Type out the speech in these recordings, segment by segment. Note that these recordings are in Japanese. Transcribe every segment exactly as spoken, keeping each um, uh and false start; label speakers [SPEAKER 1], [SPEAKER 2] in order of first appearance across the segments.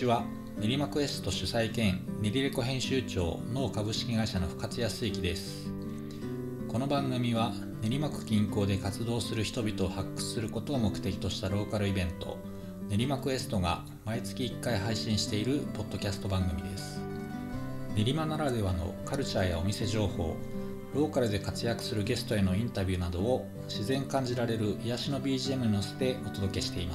[SPEAKER 1] ちは。練馬クエスト主催兼練りレコ編集長の株式会社の深津康之です。この番組は練馬区近郊で活動する人々を発掘することを目的としたローカルイベント、練馬クエストが毎月いっかい配信しているポッドキャスト番組です。練馬ならではのカルチャーやお店情報、ローカルで活躍するゲストへのインタビューなどを自然感じられる癒しの ビージーエム に乗せてお届けしています。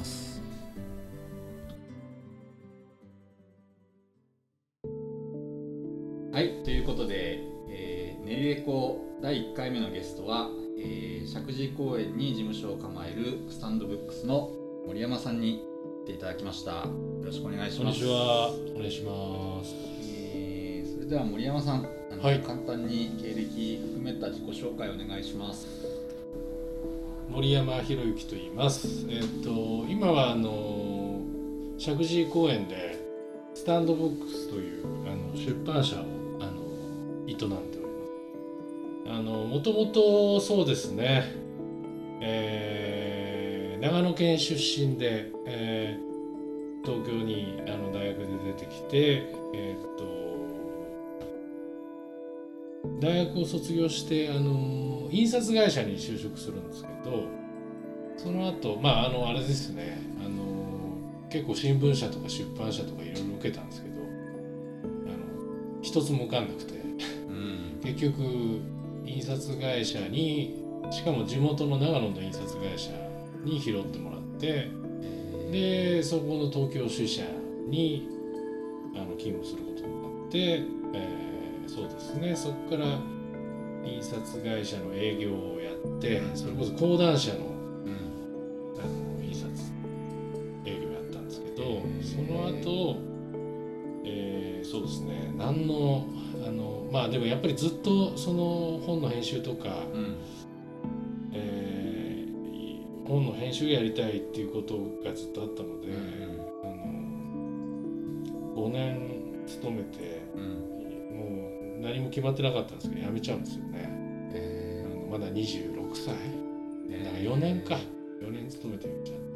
[SPEAKER 1] はい、ということで、えー、練りレコだいいっかいめのゲストは、えー、石神井公園に事務所を構えるスタンドブックスの森山さんに来ていただきました。よろしくお願いします。
[SPEAKER 2] こんにちは、お願いします。
[SPEAKER 1] えー、それでは森山さん、あの、はい、簡単に経歴含めた自己紹介をお願いします。
[SPEAKER 2] 森山博之と言います。えー、と今はあの石神井公園でスタンドブックスというあの出版社をあの営んでおります。あのもともとそうですね、えー、長野県出身で、えー、東京にあの大学で出てきて、えー、と大学を卒業してあの印刷会社に就職するんですけど、その後まああのあれですね、あの結構新聞社とか出版社とかいろいろ受けたんですけど、あの一つも受かんなくて、うん、結局印刷会社に、しかも地元の長野の印刷会社に拾ってもらって、でそこの東京支社にあの勤務することになって、えー、そうですね、そこから印刷会社の営業をやって、それこそ講談社の、うん、あの印刷営業やったんですけど、その後、えー、そうですね、何のあのまあでもやっぱりずっとその本の編集とか、うん、えー、本の編集やりたいっていうことがずっとあったので、うん、あのごねん勤めて、うん、もう何も決まってなかったんですけど辞めちゃうんですよね。えー、あのまだにじゅうろくさい、えー、だからよねんかよねん勤めて辞めちゃって、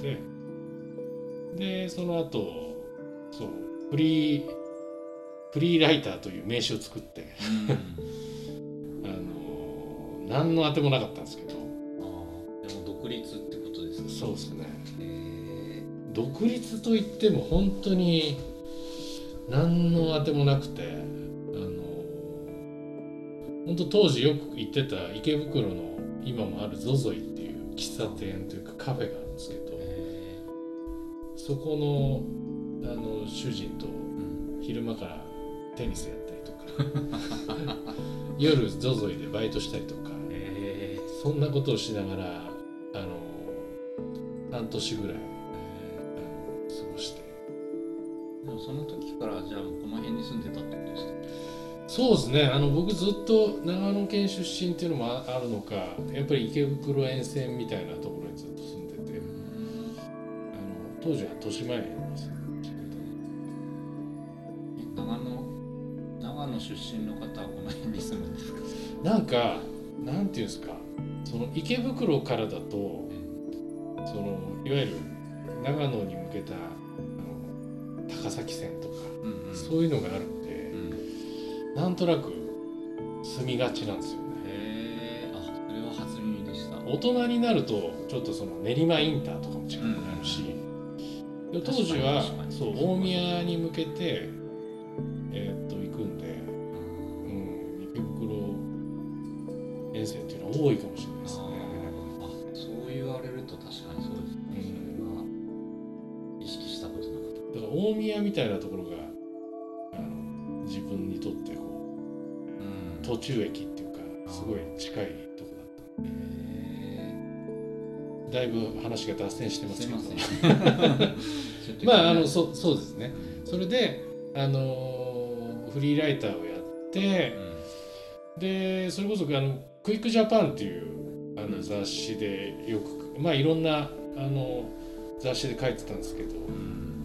[SPEAKER 2] でその後そうフリーフリーライターという名刺を作って、うん、あの何の当てもなかったんですけど、
[SPEAKER 1] あでも独立ってことですか？
[SPEAKER 2] そうですね、えー、独立といっても本当に何の当てもなくて、あの本当当時よく行ってた池袋の今もあるゾゾイっていう喫茶店というかカフェがあるんですけど、えー、そこのあの主人と昼間からテニスやったりとか夜ゾゾイでバイトしたりとか、えー、そんなことをしながらあの半年ぐらい、えー、あの過ごして。
[SPEAKER 1] でもその時からじゃあこの辺に住んでたってことですか？
[SPEAKER 2] そうですね、あの僕ずっと長野県出身っていうのもあるのか、やっぱり池袋沿線みたいなところにずっと住んでて、うん、あの当時は豊島園に住んで
[SPEAKER 1] 長野出身の方はこの辺に住むんですか？
[SPEAKER 2] なんかなんていうんですか、その池袋からだと、うん、そのいわゆる長野に向けたあの高崎線とか、うんうん、そういうのがあるんで、うん、なんとなく住みがちなんですよね。
[SPEAKER 1] へー、あ、それは初耳でした。
[SPEAKER 2] 大人になるとちょっとその練馬インターとかも近くなるし、うん、当時はそう大宮に向けてえー、っと行くんで、うん、池袋沿線っていうのは多いかもしれないですね。
[SPEAKER 1] ああ、そう言われると確かにそうですね、うん、それは意識したことなかった。
[SPEAKER 2] だから大宮みたいなところがあの自分にとってこう、うん、途中駅っていうかすごい近いところだったんで、えー、だいぶ話が脱線してますけど、すいませんまああの そ, そうですね、それであのフリーライターをやって、うん、でそれこそあのクイックジャパンっていうあの雑誌でよく、うん、まあいろんなあの雑誌で書いてたんですけど、うん、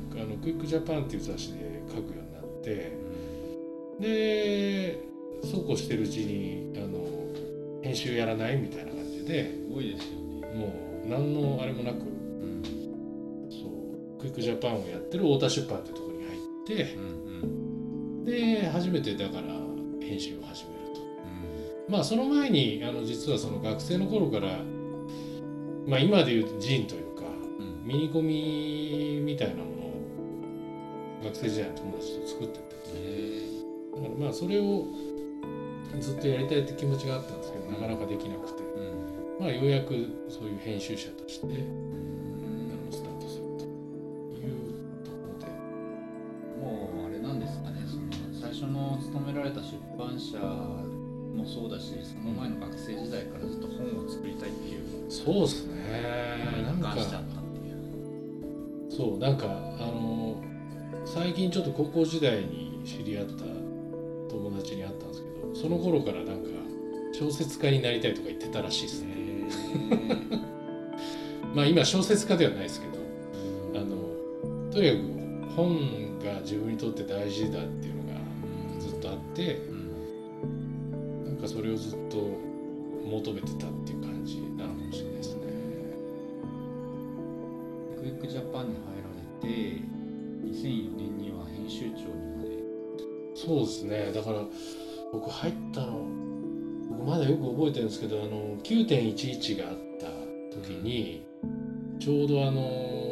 [SPEAKER 2] あのクイックジャパンっていう雑誌で書くようになって、うん、でそうこうしてるうちにあの編集やらないみたいな感じで、
[SPEAKER 1] 多いですよね。
[SPEAKER 2] もう何のあれもなく、うん、そうクイックジャパンをやってる太田出版ってところに入って、
[SPEAKER 1] うん
[SPEAKER 2] で初めてだから編集を始めると。
[SPEAKER 1] うん
[SPEAKER 2] まあその前にあの実はその学生の頃から、まあ、今でいうジンというか、
[SPEAKER 1] うん
[SPEAKER 2] ミニコミみたいなものを学生時代の友達と作ってて、
[SPEAKER 1] へ
[SPEAKER 2] だからまあそれをずっとやりたいって気持ちがあったんですけど、
[SPEAKER 1] うん
[SPEAKER 2] なかなかできなくて、
[SPEAKER 1] うん
[SPEAKER 2] まあようやくそういう編集者として
[SPEAKER 1] うん
[SPEAKER 2] あのスタートするというところで。
[SPEAKER 1] もうあれなんですかね、その最初の勤められた出版社もそうだし、その前の学生時代からずっと本を作りたいっていう
[SPEAKER 2] そうですね。なんか
[SPEAKER 1] 一貫しちゃったっていう。
[SPEAKER 2] そうなんかあの最近ちょっと高校時代に知り合った友達に会ったんですけど、その頃からなんか小説家になりたいとか言ってたらしいですね。まあ今小説家ではないですけど、あのとにかく本が自分にとって大事だっていうのがずっとあって、なんかそれをずっと求めてたっていう感じなのかもしれないですね。
[SPEAKER 1] クイックジャパンに入られてにせんよねんには編集長にまで。
[SPEAKER 2] そうですね。だから僕入ったの、僕まだよく覚えてるんですけど、あの きゅうてんいちいち があった時に、ちょうどあの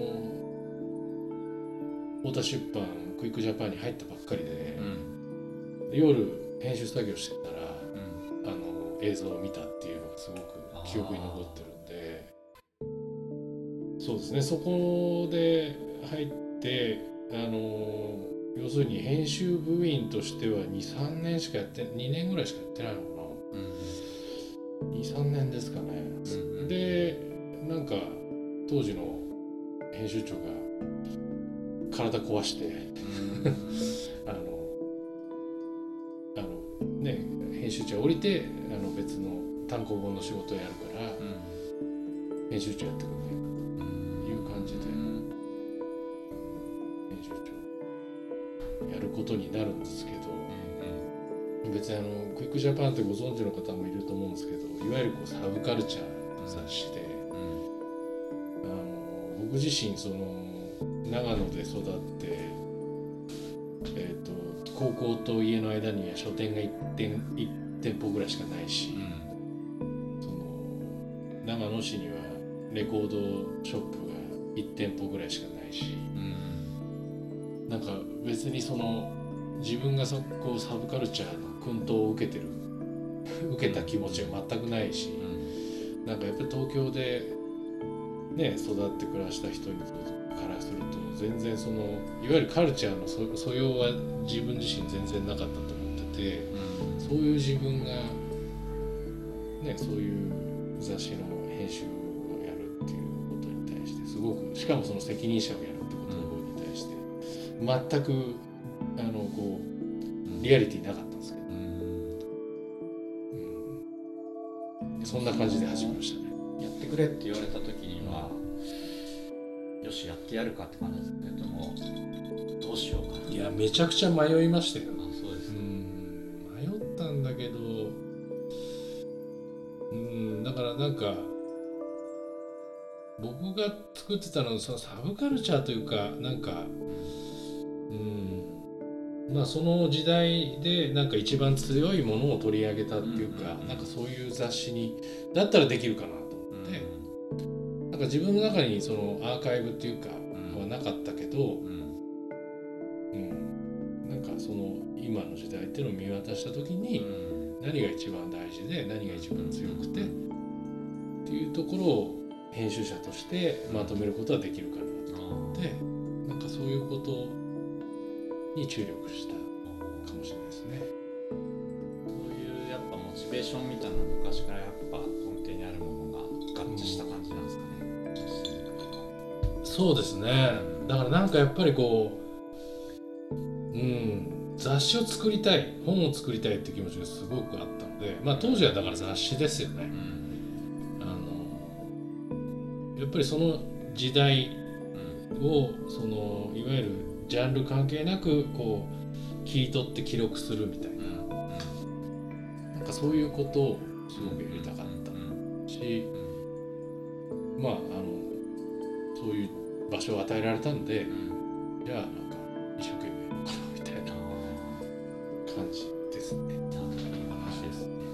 [SPEAKER 2] 太田出版クイックジャパンに入ったばっかりで、
[SPEAKER 1] うん
[SPEAKER 2] で夜編集作業してたら、
[SPEAKER 1] うん
[SPEAKER 2] あの映像を見たっていうのがすごく記憶に残ってるんで、そうですね。そこで入ってあの要するに編集部員としては にさんねんしかやってにねんぐらいしかやってないのかな、にさんねんですかね、
[SPEAKER 1] うん、
[SPEAKER 2] でなんか当時の編集長が体壊してあのあのね編集長降りてあの別の単行本の仕事をやるから、
[SPEAKER 1] うん、
[SPEAKER 2] 編集長やってくんないかという感じで、
[SPEAKER 1] うん
[SPEAKER 2] 編集長やることになるんですけど、別にあのクイックジャパンってご存知の方もいると思うんですけど、いわゆるこうサブカルチャー雑誌で、あの僕自身その長野で育って、えー、と高校と家の間には書店が いってん, いち店舗ぐらいしかないし、その長野市にはレコードショップがいち店舗ぐらいしかないし、なんか別にその自分がそこサブカルチャーの薫陶を受けてる受けた気持ちは全くないし、なんかやっぱり東京でね育って暮らした人にからすると全然そのいわゆるカルチャーの素素養は自分自身全然なかったと思ってて、そういう自分がねそういう雑誌の編集をやるっていうことに対してすごく、しかもその責任者をやるってことに対して全くあのこうリアリティなかったんですけど、うん、そんな感じで始めましたね。
[SPEAKER 1] やってくれって言われた時には、よしやってやるかって感じですね。でもどうしようかな。
[SPEAKER 2] いやめちゃくちゃ迷いましたよ。
[SPEAKER 1] あ、そうです。
[SPEAKER 2] うん、迷ったんだけど、うん、だからなんか僕が作ってたのはそのサブカルチャーというか、なんか、うん、まあその時代でなんか一番強いものを取り上げたっていうか、なんかそういう雑誌にだったらできるかなと思って、なんか自分の中にそのアーカイブっていうかはなかったけど、うん、なんかその今の時代っていうのを見渡した時に何が一番大事で何が一番強くてっていうところを編集者としてまとめることはできるかなと思って、なんかそういうことに注力したかもしれないですね。
[SPEAKER 1] そういうやっぱモチベーションみたいな昔からやっぱ根底にあるものが合致した感じなんですかね。
[SPEAKER 2] うん、そうですね。だからなんかやっぱりこう、うん、雑誌を作りたい、本を作りたいっていう気持ちがすごくあったので、まあ当時はだから雑誌ですよね。うん、あのやっぱりその時代をそのいわゆるジャンル関係なくこう切り取って記録するみたいな、なんかそういうことをすごくやりたかったし、まああのそういう場所を与えられたんで、じゃあなんか一生懸命感じですね。
[SPEAKER 1] いい話ですね。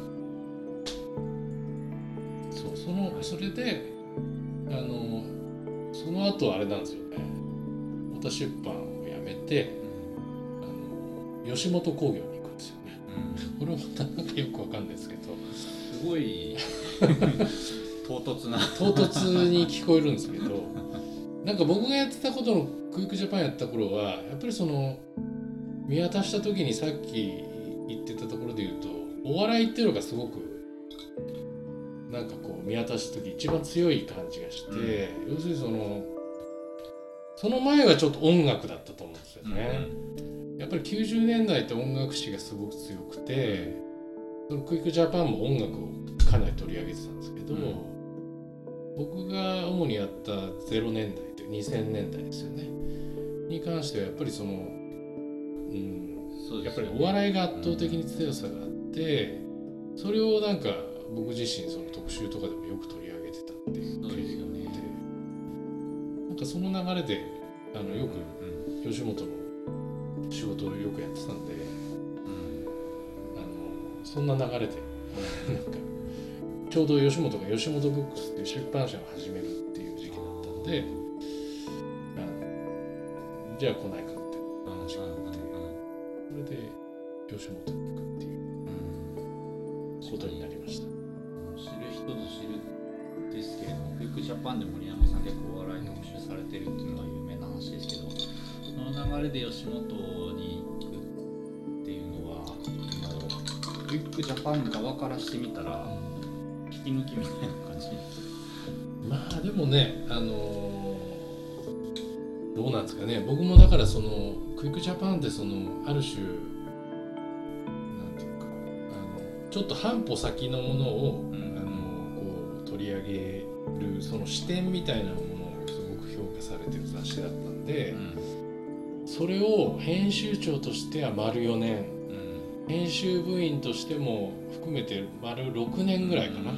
[SPEAKER 2] そう、そのそれであのその後あれなんですよね。太田出版を辞めて、あの吉本興業に行くんですよね。これもなんかよくわかんないですけど、
[SPEAKER 1] すごい唐突な
[SPEAKER 2] 唐突に聞こえるんですけど、なんか僕がやってたことのクイックジャパンやった頃はやっぱりその見渡した時にさっき言ってたところで言うと、お笑いっていうのがすごくなんかこう見渡した時一番強い感じがして、うん、要するにそのその前はちょっと音楽だったと思うんですよね、うん、やっぱりきゅうじゅうねんだいって音楽史がすごく強くて、そのクイックジャパンも音楽をかなり取り上げてたんですけど、うん、僕が主にやったゼロねんだいというにせんねんだいですよねに関してはやっぱりその、うんそうですね、やっぱりお笑いが圧倒的に強さがあって、うん、それをなんか僕自身その特集とかでもよく取り上げてたっていう経緯があって、なんかその流れであのよく吉本の仕事をよくやってたんで、うん、あのそんな流れでなんかちょうど吉本が吉本ブックスっていう出版社を始めるっていう時期だったんで、あのじゃあ来ないかって話があって、それで吉本に行くっていうことになりました。
[SPEAKER 1] 知る人ぞ知るですけれども、クイックジャパンで森山さん結構お笑い特集されてるっていうのは有名な話ですけど、その流れで吉本に行くっていうのはもうクイックジャパン側からしてみたら引き抜きみたいな感じ。
[SPEAKER 2] まあでもね、あのー、どうなんですかね。僕もだからそのクイックジャパンってそのある種なんていうか、あのちょっと半歩先のものを、うん、あのこう取り上げるその視点みたいなものをすごく評価されてる雑誌だったんで、うん、それを編集長としては丸よねん、うん、編集部員としても含めて丸ろくねんぐらいかな、うん、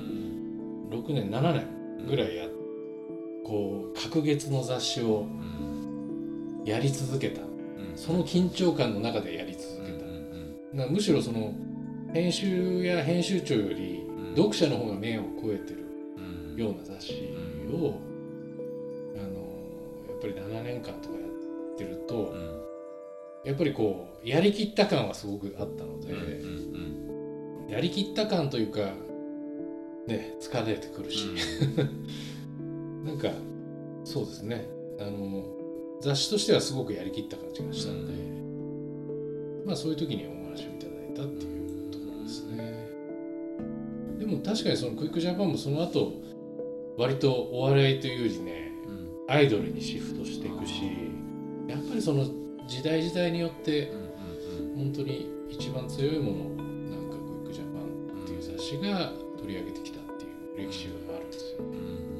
[SPEAKER 2] ろくねんななねんぐらいやこう隔月の雑誌をやり続けた、うん、その緊張感の中でやり続けた、うん、だからむしろその編集や編集長より読者の方が目を超えてるような雑誌を、あのやっぱりななねんかんとかやってると、やっぱりこうやりきった感はすごくあったので、やりきった感というかね疲れてくるし、なんかそうですね、あの雑誌としてはすごくやりきった感じがしたので、まあそういう時にお話をいただいたっていうところですね。でも確かにそのクイックジャパンもその後割とお笑いというよりね、うん、アイドルにシフトしていくし、やっぱりその時代時代によって本当に一番強いものをなんかクイックジャパンっていう雑誌が取り上げてきたっていう歴史があるんですよね。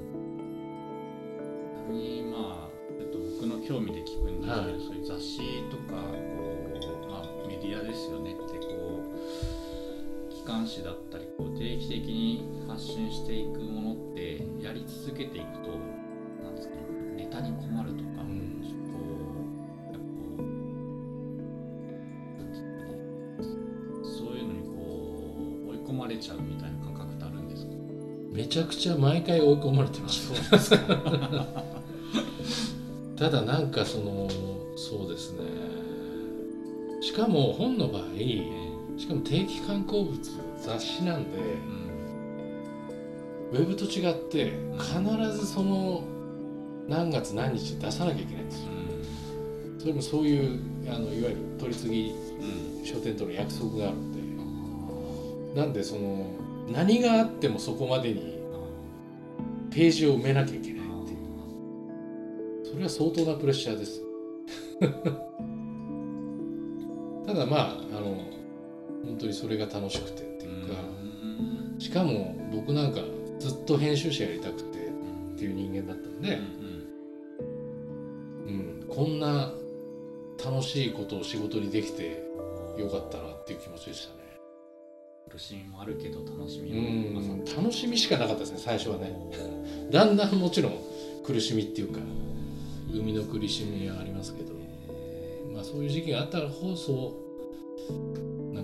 [SPEAKER 1] うん、ちなみにまあちょっと僕の興味で聞くんですけど、はい、そういう雑誌とかこう、まあ、メディアですよねってこう機関誌だったりこう定期的に発信していくものってやり続けていくとなんですかね、ネタに困るとか、うん、ちょっとやっぱこうなんですかね、そういうのにこう追い込まれちゃうみたいな感覚ってあるんですか？
[SPEAKER 2] めちゃくちゃ毎回追い込まれてます。そうですか。ただなんかそのそうですね。しかも本の場合、しかも定期刊行物雑誌なんで、うん、ウェブと違って必ずその何月何日に出さなきゃいけないんですよ。うん、それもそういうあのいわゆる取り次ぎ、うん、書店との約束があるんで、うん、なんでその何があってもそこまでにページを埋めなきゃいけないっていう、それは相当なプレッシャーです。ただまああの本当にそれが楽しくてっていうか、うん、しかも僕なんかずっと編集者やりたくてっていう人間だったんで、うんうん、こんな楽しいことを仕事にできてよかったなっていう気持ちでしたね。
[SPEAKER 1] 苦しみもあるけど楽しみ
[SPEAKER 2] も、うん、楽しみしかなかったですね最初はね。だんだんもちろん苦しみっていうか生みの苦しみはありますけど、まあそういう時期があったからこそなん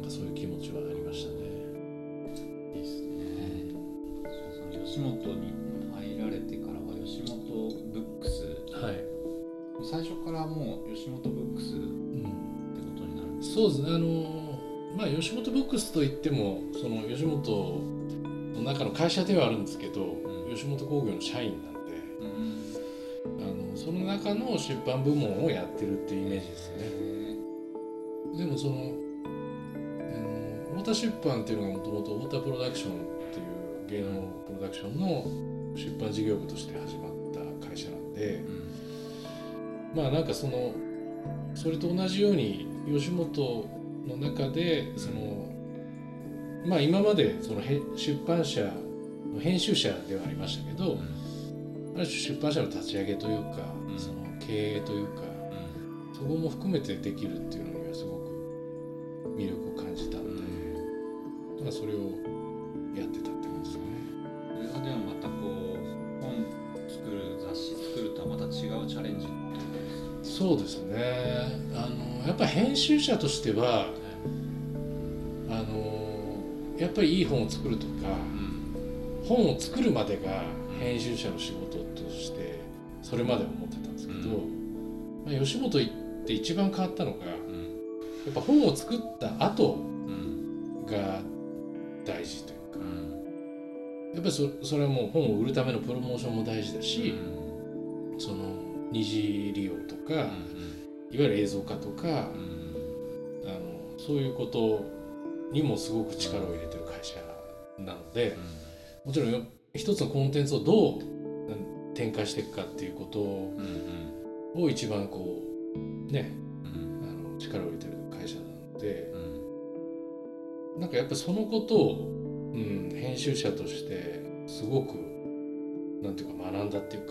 [SPEAKER 2] そうですね、あのまあ吉本ブックスといってもその吉本の中の会社ではあるんですけど、うん、吉本興業の社員なんで、うん、あのその中の出版部門をやってるっていうイメージですね。でもその、あの太田出版っていうのがもともと太田プロダクションっていう芸能プロダクションの出版事業部として始まった会社なんで、うん、まあなんかそのそれと同じように吉本の中でそのまあ今までその出版社の編集者ではありましたけど、うん、ある種出版社の立ち上げというか、うん、その経営というか、うん、そこも含めてできるっていうのにはすごく魅力を感じたんで、うん、まあそれをやってたって感じですかね。
[SPEAKER 1] それはでもまたこう本作る雑誌作るとはまた違うチャレンジってことですか？
[SPEAKER 2] そうですね。あのやっぱ編集者としては、あのやっぱりいい本を作るとか、うん、本を作るまでが編集者の仕事としてそれまで思ってたんですけど、うんまあ、吉本行って一番変わったのが、うん、やっぱ本を作った後が大事というか、うん、やっぱり そ, それはもう本を売るためのプロモーションも大事だし、うん、その二次利用とか、うん、いわゆる映像化とか、うん、あのそういうことにもすごく力を入れてる会社なので、うん、もちろん一つのコンテンツをどう展開していくかっていうことを一番こうね、うん、あの力を入れてる会社なので、うん、なんかやっぱそのことを、うん、編集者としてすごくなんていうか学んだっていうか、うん、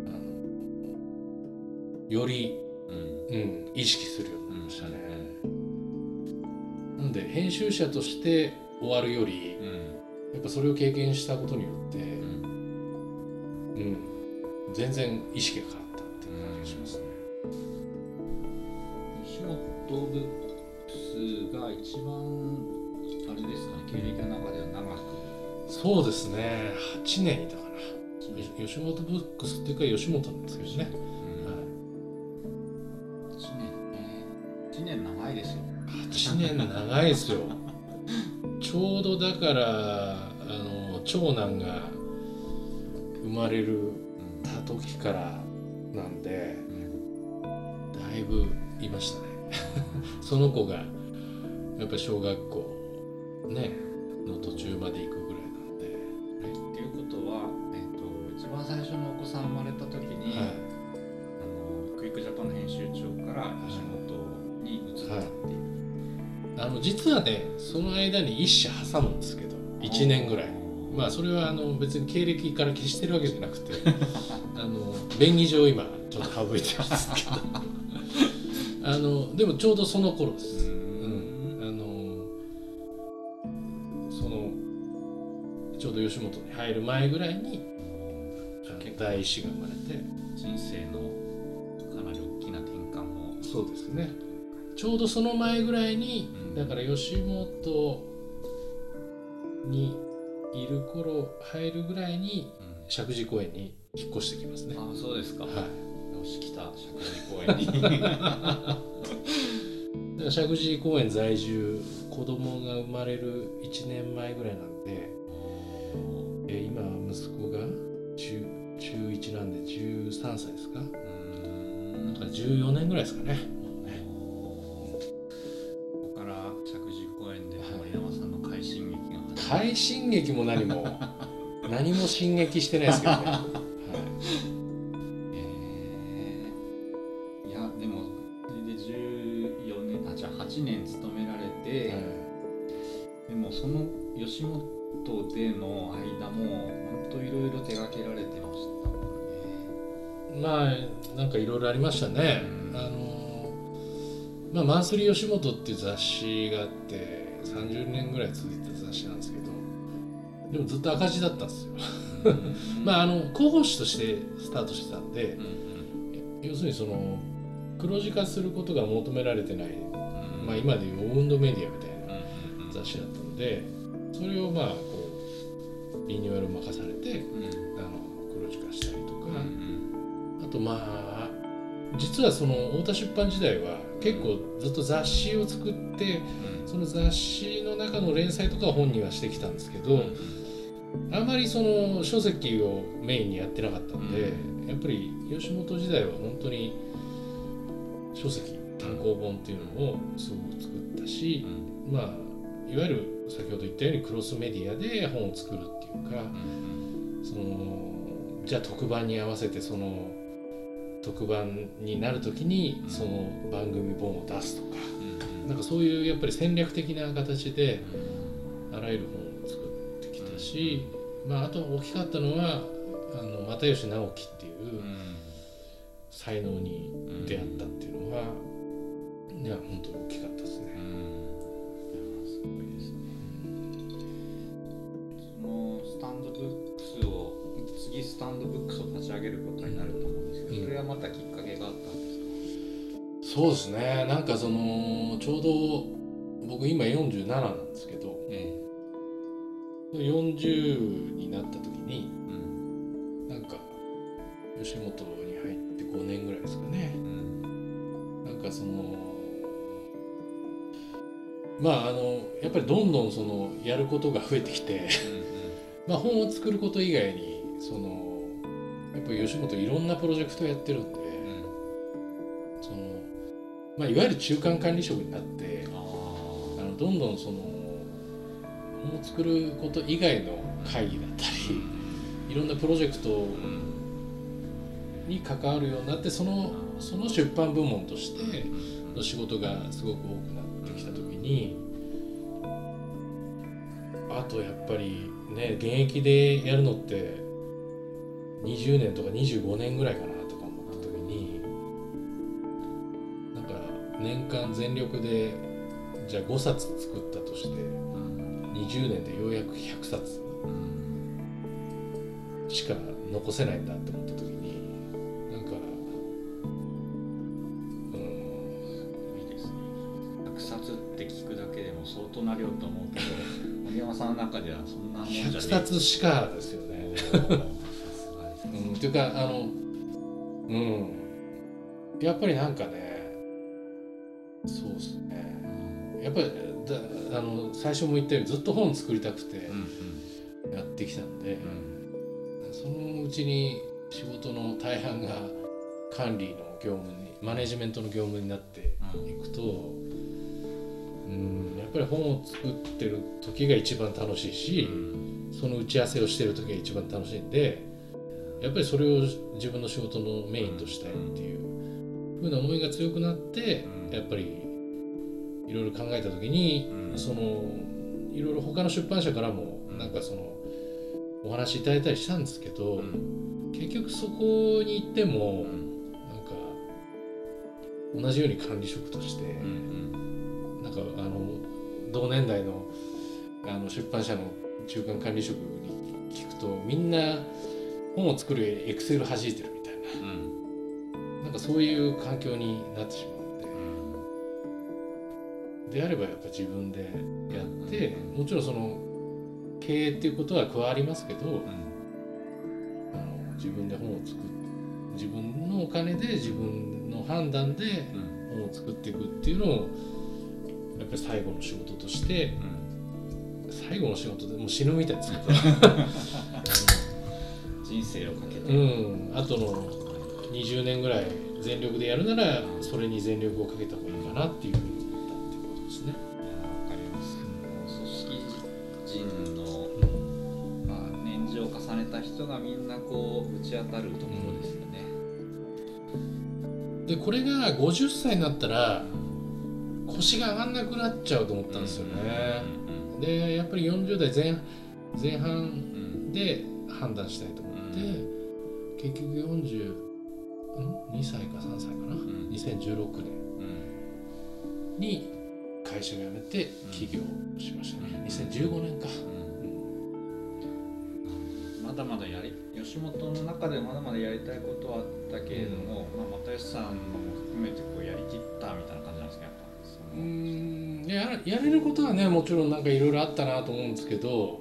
[SPEAKER 2] あのより、うんうん、意識するようになりましたね。なんで編集者として終わるより、うん、やっぱそれを経験したことによって、うんうん、全然意識が変わったっていう感じがしますね。
[SPEAKER 1] 吉本ブックスが一番あれですかね、経歴の中では長く。
[SPEAKER 2] そうですね、はちねんいたかな。吉本ブックスっていうか吉本なんですけどね、
[SPEAKER 1] うんはい、いちねんね、いちねん長いですよ。
[SPEAKER 2] はちねん長いですよちょうどだからあの長男が生まれるた時からなんで、うん、だいぶいましたねその子がやっぱり小学校ねの途中まで行くぐらいなので、
[SPEAKER 1] っていうことは、えー、と一番最初のお子さん生まれた時に、はい、あのクイックジャパンの編集長から吉本に移ったっていう、はいはい
[SPEAKER 2] あの実はねその間に一社挟むんですけどいちねんぐらいまあそれはあの別に経歴から消してるわけじゃなくてあの便宜上今ちょっと省いてるんですけどあのでもちょうどその頃です、うん、あのそのちょうど吉本に入る前ぐらいに第一子が生まれて
[SPEAKER 1] 人生のかなり大きな転換を
[SPEAKER 2] そうですねちょうどその前ぐらいに、うん、だから吉本にいる頃入るぐらいに、うん、石神井公園に引っ越してきますね。
[SPEAKER 1] ああそうですか。
[SPEAKER 2] はい。
[SPEAKER 1] よし来た石神井公園に。だか
[SPEAKER 2] ら石神井公園在住子供が生まれるいちねんまえぐらいなんで、え今息子が中中いちなんでじゅうさんさいですか。うんだからじゅうよねんぐらいですかね。快進撃も何も何も進撃してないですけどね、はい
[SPEAKER 1] えー、いやでもそれでじゅうよねんあじゃあはちねん勤められて、はい、でもその吉本での間も本当いろいろ手掛けられてましたもんね。
[SPEAKER 2] まあなんかいろいろありましたね、うん、あのまあマンスリー吉本っていう雑誌があってさんじゅうねんぐらい続いた雑誌なんですけどでもずっと赤字だったんですよまああの広報誌としてスタートしてたんで、うんうん、要するにその黒字化することが求められてない、うんまあ、今でいうオウンドメディアみたいな雑誌だったのでそれをまあこうリニューアル任されて、うん、あの黒字化したりとか、うんうん、あとまあ実はその太田出版時代は結構ずっと雑誌を作って、うん、その雑誌の中の連載とかは本にはしてきたんですけど、うん、あまりその書籍をメインにやってなかったんで、うん、やっぱり吉本時代は本当に書籍単行本っていうのをすごく作ったし、うん、まあいわゆる先ほど言ったようにクロスメディアで本を作るっていうか、うん、そのじゃあ特番に合わせてその特番になるときにその番組本を出すとか、うん、なんかそういうやっぱり戦略的な形であらゆる本を作ってきたし、まあ、あと大きかったのはあの又吉直樹っていう才能に出会ったっていうのは、いや本当に大きかったですね。
[SPEAKER 1] うん、すごいですね。そのスタンドブックスを次スタンドブックスを立ち上げることになると思うんですけど、うん、それはまたきっかけがあったんですか？
[SPEAKER 2] そうですね。なんかそのちょうど僕今よんじゅうなななんですけど、ええ、よんじゅうになった時に、うん、なんか吉本に入ってごねんぐらいですかね、うん、なんかそのまああのやっぱりどんどんそのやることが増えてきて、うんうん、まあ本を作ること以外にそのやっぱり吉本いろんなプロジェクトをやってるんで、うん、そのまあ、いわゆる中間管理職になってあのどんどんその本を作ること以外の会議だったり、うん、いろんなプロジェクトに関わるようになって、そのその出版部門としての仕事がすごく多くなってきた時に、あとやっぱりね現役でやるのってにじゅうねんとかにじゅうごねんぐらいかなとか思った時に、なんか年間全力でじゃあごさつ作ったとしてにじゅうねんでようやくひゃくさつしか残せないんだって思った時に、なんか
[SPEAKER 1] うんいいですね。ひゃくさつって聞くだけでも相当な量と思うけど森山さんの中ではそんなもんじゃない。
[SPEAKER 2] ひゃくさつしかですよね。うん、というかあのうんやっぱりなんかね、そうですね、うん、やっぱりだあの最初も言ったようにずっと本作りたくてやってきたんで、うんうん、そのうちに仕事の大半が管理の業務にマネジメントの業務になっていくと、うん、やっぱり本を作ってる時が一番楽しいし、うん、その打ち合わせをしてる時が一番楽しいんで、やっぱりそれを自分の仕事のメインとしたいっていう風な思いが強くなって、やっぱりいろいろ考えた時に、そのいろいろ他の出版社からもなんかそのお話いただいたりしたんですけど、結局そこに行ってもなんか同じように管理職として、なんかあの同年代のあの出版社の中間管理職に聞くと、みんな本を作るエクセル弾いてるみたいな、うん、なんかそういう環境になってしまうので、うん、であればやっぱ自分でやって、うん、もちろんその経営っていうことは加わりますけど、うん、あの自分で本を作る、自分のお金で自分の判断で本を作っていくっていうのをやっぱり最後の仕事として、うん、最後の仕事でもう死ぬみたいですけど
[SPEAKER 1] 人生をかけて、
[SPEAKER 2] うん、あとのにじゅうねんぐらい全力でやるならそれに全力をかけた方がいいかなっていうふうに思ったっていうことですね。
[SPEAKER 1] いやわかります、うん、組織人の、うんまあ、年次を重ねた人がみんなこうぶち当たるところですよね、
[SPEAKER 2] うん、でこれがごじゅっさいになったら腰が上がんなくなっちゃうと思ったんですよね、うんうんうん、でやっぱりよんじゅうだい 前, 前半で判断したいと思って、うん、結局よんじゅうにさいかさんさいかな、うん、にせんじゅうろくねんに会社を辞めて起業しましたね、うん、にせんじゅうごねんか、
[SPEAKER 1] うんうん、まだまだやり吉本の中でまだまだやりたいことはあったけれども、うんまあ、又吉さんも含めてこうやりきったみたいな感じなんですか？やっぱ
[SPEAKER 2] うーん や, やれることはねもちろんなんかいろいろあったなと思うんですけど、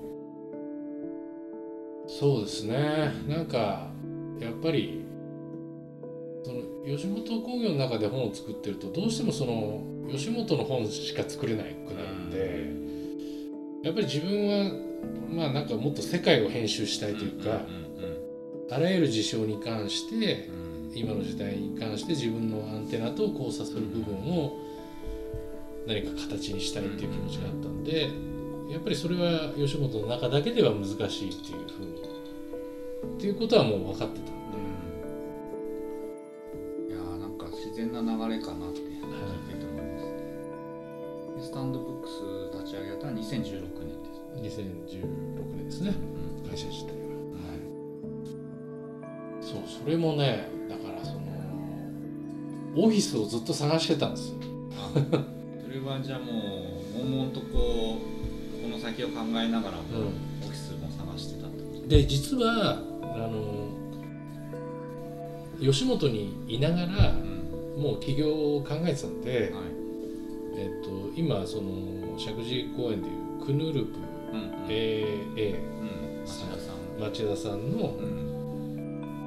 [SPEAKER 2] そうですね、なんかやっぱりその吉本興業の中で本を作ってるとどうしてもその吉本の本しか作れなくなるんで、やっぱり自分はまあなんかもっと世界を編集したいというか、あらゆる事象に関して今の時代に関して自分のアンテナと交差する部分を何か形にしたいっていう気持ちがあったんで、やっぱりそれは吉本の中だけでは難しいっていうふうにっていうことはもう分かってたんで、
[SPEAKER 1] いやーなんか自然な流れかなって聞いてて思いますね。でスタンドブックス立ち上げたのはにせんじゅうろくねんです。
[SPEAKER 2] にせんじゅうろくねんですね、うん、会社自体は、はい、そうそれもねだからそのオフィスをずっと探してたんですよ。
[SPEAKER 1] あそれはじゃあもう悶々とこうこの先を考えながらも、うん、オフィスも探してたってこと
[SPEAKER 2] で、実はあの吉本にいながら、うん、もう起業を考えてたんで、はい、えっと、今その石神井公園でいうクヌルプ、うんうん、エーエー さん、町田さんの、うん、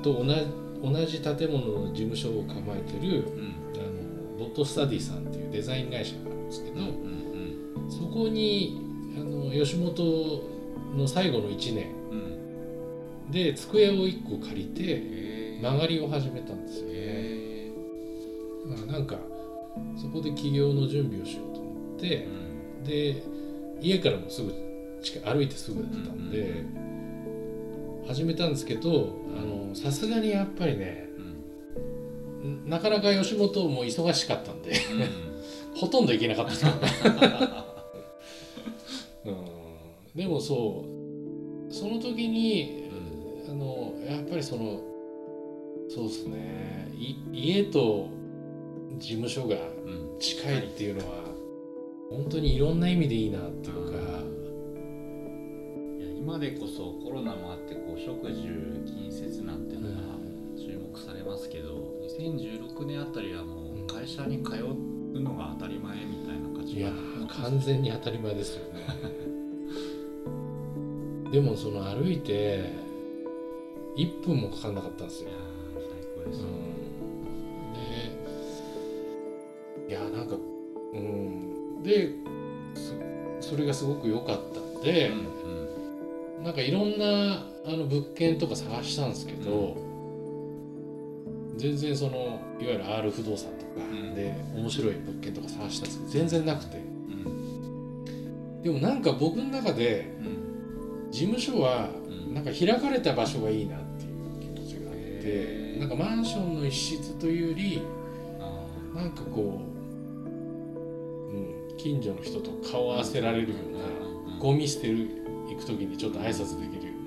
[SPEAKER 2] と同じ、同じ建物の事務所を構えてる、うん、あのドットスタディさんっていうデザイン会社があるんですけど、うんうんうん、そこにあの吉本の最後のいちねん、うん、で机をいっこ借りて曲がりを始めたんですよね。だからなんかそこで起業の準備をしようと思って、うん、で家からもすぐ近い歩いてすぐだったんで、うんうん、始めたんですけど、さすがにやっぱりね、うん、なかなか吉本も忙しかったんで、うん、ほとんど行けなかったですけどね、うん、でもそうその時に、うん、あのやっぱりそのそうですね、家と事務所が近いっていうのは、うん、本当にいろんな意味でいいなっていうか、
[SPEAKER 1] いや今でこそコロナもあってこう食住近接なんてのが注目されますけど、うん、にせんじゅうろくねんあたりはもう会社に通うのが当たり前みたいな感じが、
[SPEAKER 2] いや完全に当たり前ですよねでもその歩いていっぷんもかかんなかったんですよ。いや
[SPEAKER 1] 最高ですよね、
[SPEAKER 2] うん、でいやなんかうんで そ, それがすごく良かったんで、うんうん、なんかいろんなあの物件とか探したんですけど、うん、全然そのいわゆる R 不動産とかで面白い物件とか探したんですけど全然なくて、うん、でもなんか僕の中で、うん、事務所はなんか開かれた場所がいいなっていう気持ちがあって、なんかマンションの一室というよりなんかこう、うん、近所の人と顔を合わせられるような、ゴミ捨てる行く時にちょっと挨拶できるよ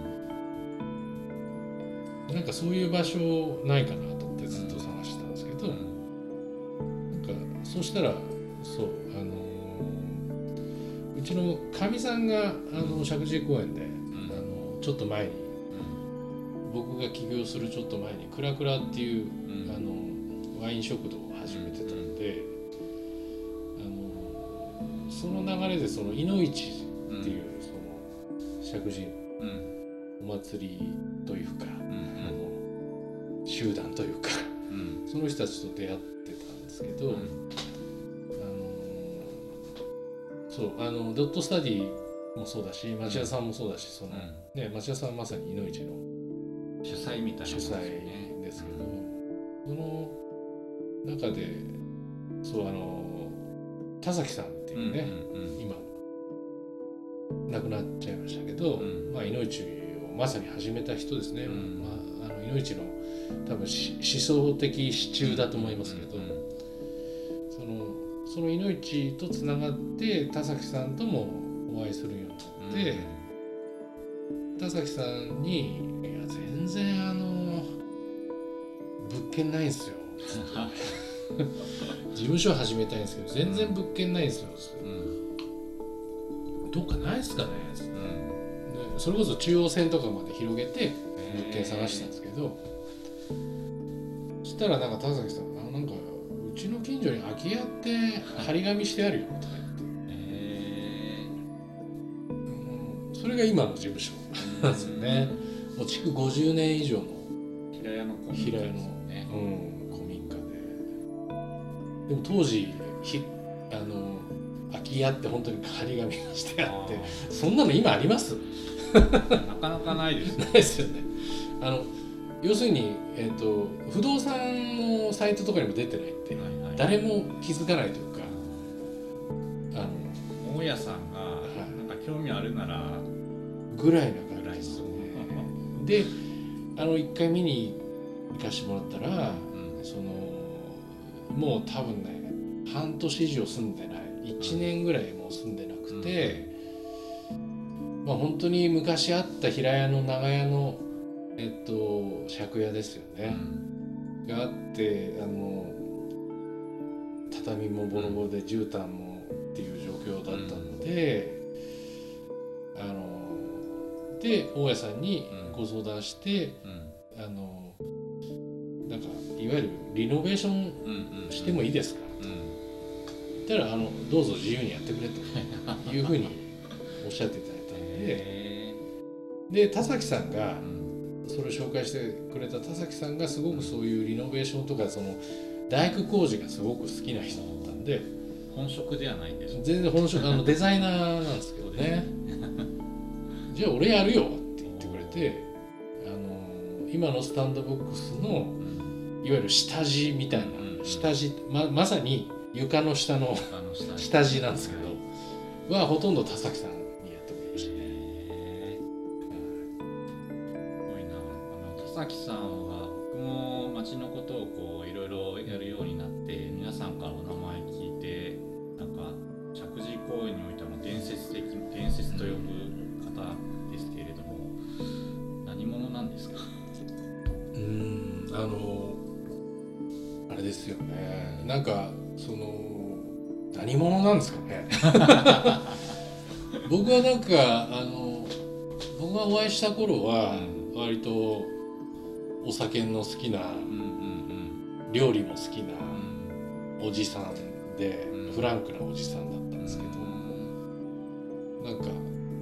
[SPEAKER 2] うな、なんかそういう場所ないかなと思ってずっと探してたんですけど、なんかそうしたらそうあのー、うちのかみさんがあの石神井公園で、うん、あのちょっと前に、うん、僕が起業するちょっと前にクラクラっていう、うん、あのワイン食堂を始めてたんで、うん、あのその流れでそのいのいちっていう、うん、その石神井のお祭りというか、うん、あの集団というか、うん、その人たちと出会ってたんですけど、うん、あのそうあのドットスタディもそうだし町田さんもそうだし、その、うんね、町田さんはまさにいのいちの
[SPEAKER 1] 主催みたいな、
[SPEAKER 2] 主催ですけど、うん、その中でそうあの田崎さんっていうね、うんうんうん、今亡くなっちゃいましたけど、うん、まあ、いのいちをまさに始めた人ですね、うん、まあ、あのいのいちの多分思想的支柱だと思いますけど、うんうん、そのそのいのいちとつながって田崎さんともお会いするようになって、うん、田崎さんに「いや全然あの物件ないんすよ」事務所始めたいんですけど全然物件ないんですよ、うん、どっかないっすかね、うん、でそれこそ中央線とかまで広げて物件探したんですけど、そしたらなんか田崎さんがなんかうちの近所に空き家って張り紙してあるよとか言って、えーうん、それが今の事務所なんですよね。もう築ごじゅうねん以上の
[SPEAKER 1] 平屋のコミュニティですよね、
[SPEAKER 2] うん、コミュでも当時ひあの空き家って本当に張り紙がしてあってそんなの今あります？
[SPEAKER 1] なかなかないですね。
[SPEAKER 2] ないですよね。あの要するに、えーと、不動産のサイトとかにも出てないって、はいはい、誰も気づかないというか、
[SPEAKER 1] あの大家さんがなんか興味あるなら
[SPEAKER 2] ぐらいな感じですよね。で、あの一回見に行かしてもらったら、うん、そのもう多分ね半年以上住んでないいちねんぐらいもう住んでなくて、うん、まあ本当に昔あった平屋の長屋のえっと借家ですよね、うん、があってあの畳もボロボロで絨毯もっていう状況だったので、うん、あので大家さんにご相談して、うん、あのなんかいわゆるリノベーションしてもいいですか、うんうんうん、たらあのどうぞ自由にやってくれというふうにおっしゃっていただいたのでで田崎さんが、うんそれを紹介してくれた田崎さんがすごくそういうリノベーションとかその大工工事がすごく好きな人だったんで
[SPEAKER 1] 本職ではないんです
[SPEAKER 2] 全然本職あのデザイナーなんですけどねじゃあ俺やるよって言ってくれてあの今のスタンドボックスのいわゆる下地みたいな、うんうん、下地 ま, まさに床の下の下地なんですけどはほとんど田崎さんにやってもらいましたね。
[SPEAKER 1] 田崎さんは僕も町のことをこういろいろやるようになって皆さんからお名前聞いてなんか石神井公園においては伝説的伝説と呼ぶ方ですけれども何者なんですか？
[SPEAKER 2] うーんあのあれですよねなんかその何者なんですかね僕はなんかあの僕がお会いした頃は割とお酒の好きな、うんうんうん、料理も好きなおじさんで、うん、フランクなおじさんだったんですけど、うん、なんか、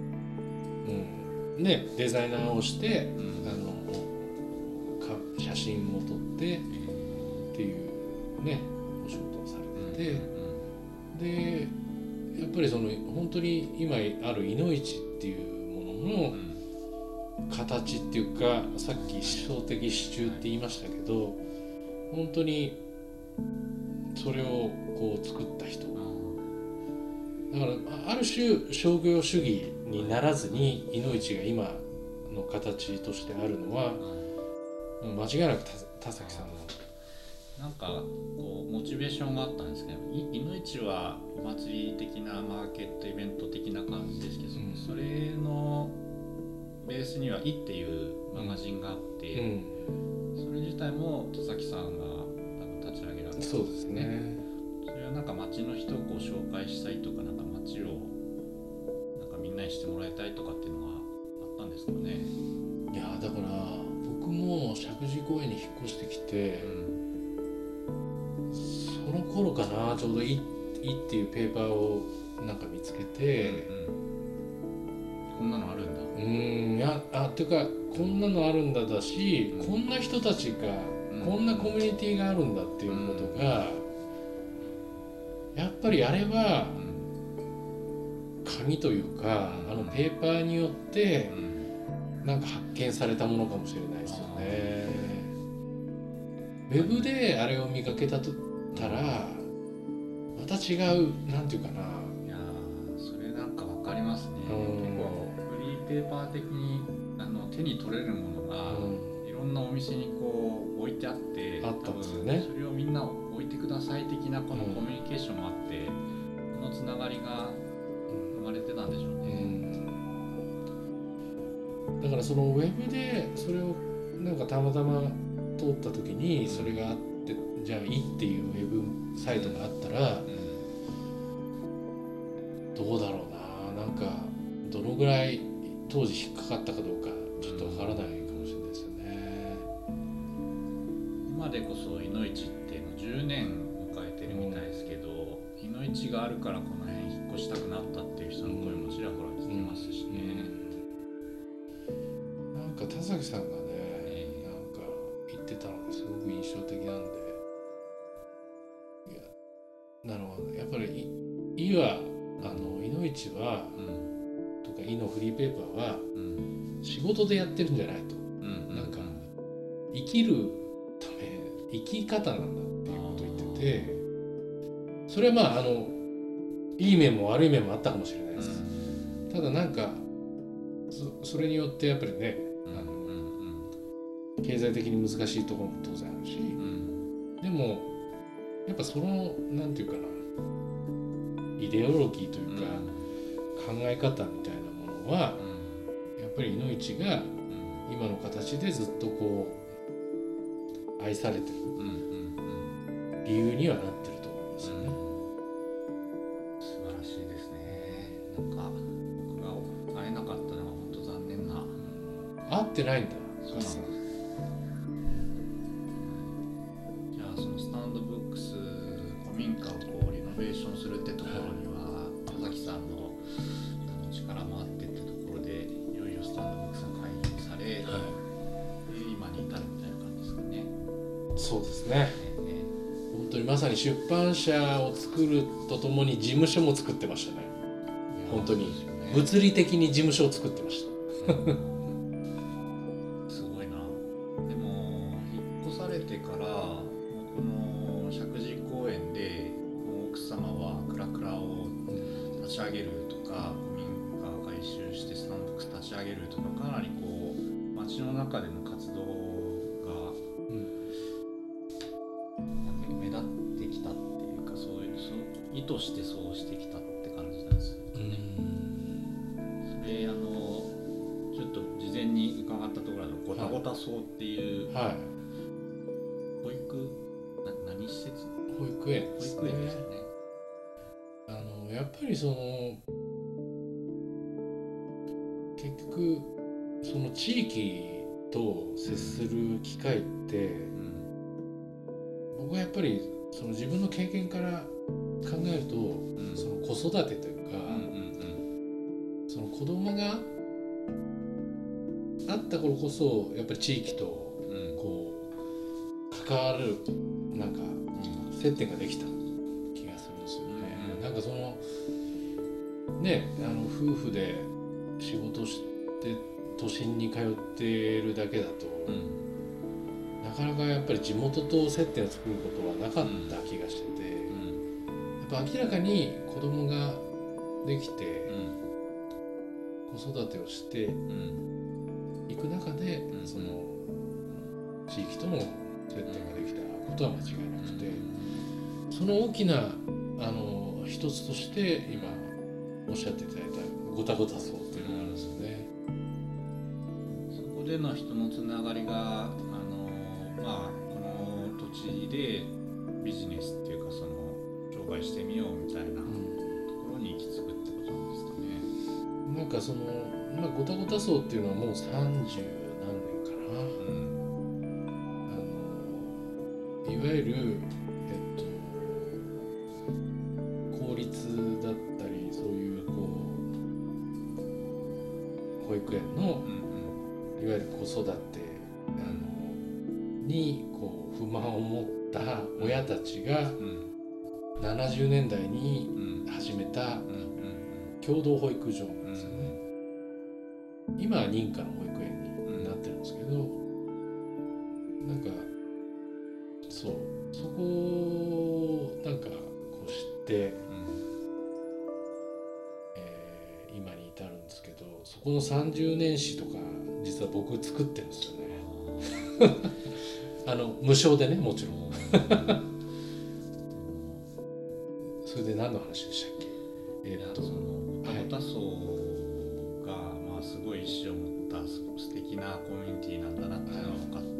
[SPEAKER 2] うん、ねデザイナーをして、うん、あのか写真も撮ってっていうねお仕事をされてて、うんうん、でやっぱりその本当に今あるいのいちっていうものの、うん形っていうかさっき思想的支柱って言いましたけど本当にそれをこう作った人だからある種商業主義にならずにいのいちが今の形としてあるのは間違いなく田崎さんの
[SPEAKER 1] なんかこうモチベーションがあったんですけどいのいちはお祭り的なマーケットイベント的な感じですけど、うん、それのベースには「い」っていうマガジンがあって、うん、それ自体も田崎さんが多分立ち上げられたんですね。
[SPEAKER 2] そうですね。
[SPEAKER 1] それはなんか町の人をこう紹介したいとかなんか町をなんかみんなにしてもらいたいとかっていうのがあったんですかね。
[SPEAKER 2] いやだから僕も石神井公園に引っ越してきて、うん、その頃かなちょうど「い」っていうペーパーをなんか見つけて、うんうん、
[SPEAKER 1] こんなのあるんだ
[SPEAKER 2] うーんいやあっていうかこんなのあるんだだし、うん、こんな人たちが、うん、こんなコミュニティがあるんだっていうことが、うん、やっぱりあれは、うん、紙というか、うん、あのペーパーによって、うん、なんか発見されたものかもしれないですよね。ウェブであれを見かけたとったらまた違うなんていうかな。
[SPEAKER 1] いやそれなんかわかりますね。結構ペーパー的にあの手に取れるものが、うん、いろんなお店にこう置いてあって
[SPEAKER 2] あったんですよね。
[SPEAKER 1] それをみんな置いてください的なこのコミュニケーションもあって、うん、このつながりが生まれてたんでしょうね、
[SPEAKER 2] うん、だからそのウェブでそれをなんかたまたま通った時にそれがあってじゃあ「い」っていうウェブサイトがあったら、うんうん、どうだろうななんかどのぐらい当時引っかかったかどうかちょっとわからないかもしれないですよね。
[SPEAKER 1] 今でこそいのいちってもうじゅうねん迎えてるみたいですけど、いのいちがあるからこの辺引っ越したくなったっていう人の声もちらほら聞きますしね、
[SPEAKER 2] うんうん、なんか田崎さんがね、えー、なんか言ってたのがすごく印象的なんでいやなるほど。やっぱりいはあのいのいちは、うん、とかいのフリーペーパーは、うん、仕事でやってるんじゃないと、うん、なんか生きるため生き方なんだっていうことを言ってて、それはまああのいい面も悪い面もあったかもしれないです、うん、ただなんか そ, それによってやっぱりね、うん、あのうん、経済的に難しいところも当然あるし、うん、でもやっぱそのなんていうかなイデオロギーというか、うん、考え方みたいなものは、うん、やっぱりいのいちが今の形でずっとこう愛されてる理由にはなってると思いますよね、
[SPEAKER 1] うん、素晴らしいですね。なんか僕が会えなかったのは本当残念な。
[SPEAKER 2] 会ってないんだ。
[SPEAKER 1] そうなんです。じゃあそのスタンドブックス古民家をこうリノベーションするってところには、田崎さんの力もあってってところでいよいよスタンドブックスが開業され、はい、今に至るみたいな感じですかね。
[SPEAKER 2] そうですね。ね、本当にまさに出版社を作るとともに事務所も作ってましたね。本当に、ね、物理的に事務所を作ってました。
[SPEAKER 1] すごいな。でも引っ越されてからこの石神井公園で奥様はクラクラを立ち上げるとか、古民家を改修してスタンドブックス立ち上げるとか、かなりこう街の中での活動が、うん、目立ってきたっていうか、そういうその意図してそうしてきたって感じなんですよね。それあのちょっと事前に伺ったところのごたごた荘っていう、はいはい、保育な何施設？
[SPEAKER 2] 保育園ですね。
[SPEAKER 1] 保育園ですよね。
[SPEAKER 2] あのやっぱりその結局その地域と接する機会って、うん、僕はやっぱりその自分の経験から考えると、うん、その子育てというか、うんうんうん、その子供があった頃こそやっぱり地域とこう関わるなんか接点ができた気がするんですよね、うんうん、なんかそのね、あの夫婦で仕事して都心に通っているだけだと、うん、なかなかやっぱり地元と接点を作ることはなかった気がしてて、うん、やっぱ明らかに子供ができて、うん、子育てをしていく中で、うん、その地域との接点ができたことは間違いなくて、うん、その大きなあの一つとして今おっしゃっていただいたごたごた荘っていうのがあるんですよね。
[SPEAKER 1] そこでの人のつながりがあの、まあ、この土地でビジネスっていうかその商売してみようみたいなところに行き着くってことなんですかね。
[SPEAKER 2] うん、なんかその、まあ、ごたごた荘っていうのはもうさんじゅうなんねんかな、うん、あのいわゆる、えっと、公立だったりそういうこう保育園の、うんうん、いわゆる子育てあのにこう不満を持った親たちが、うん、ななじゅうねんだいに始めた共同保育所なんですよね。うん、今は認可の保育園になってるんですけど、なんかそうそこをなんかこう知って、うん、えー、今に至るんですけど、そこのさんじゅうねん史とか実は僕作ってるんですよね。あの無償でね、もちろん。それで何の話でしたっけ？
[SPEAKER 1] えー、っとそのごたごた荘が、まあ、すごい意思を持った素敵なコミュニティなんだなっていうのが分かって、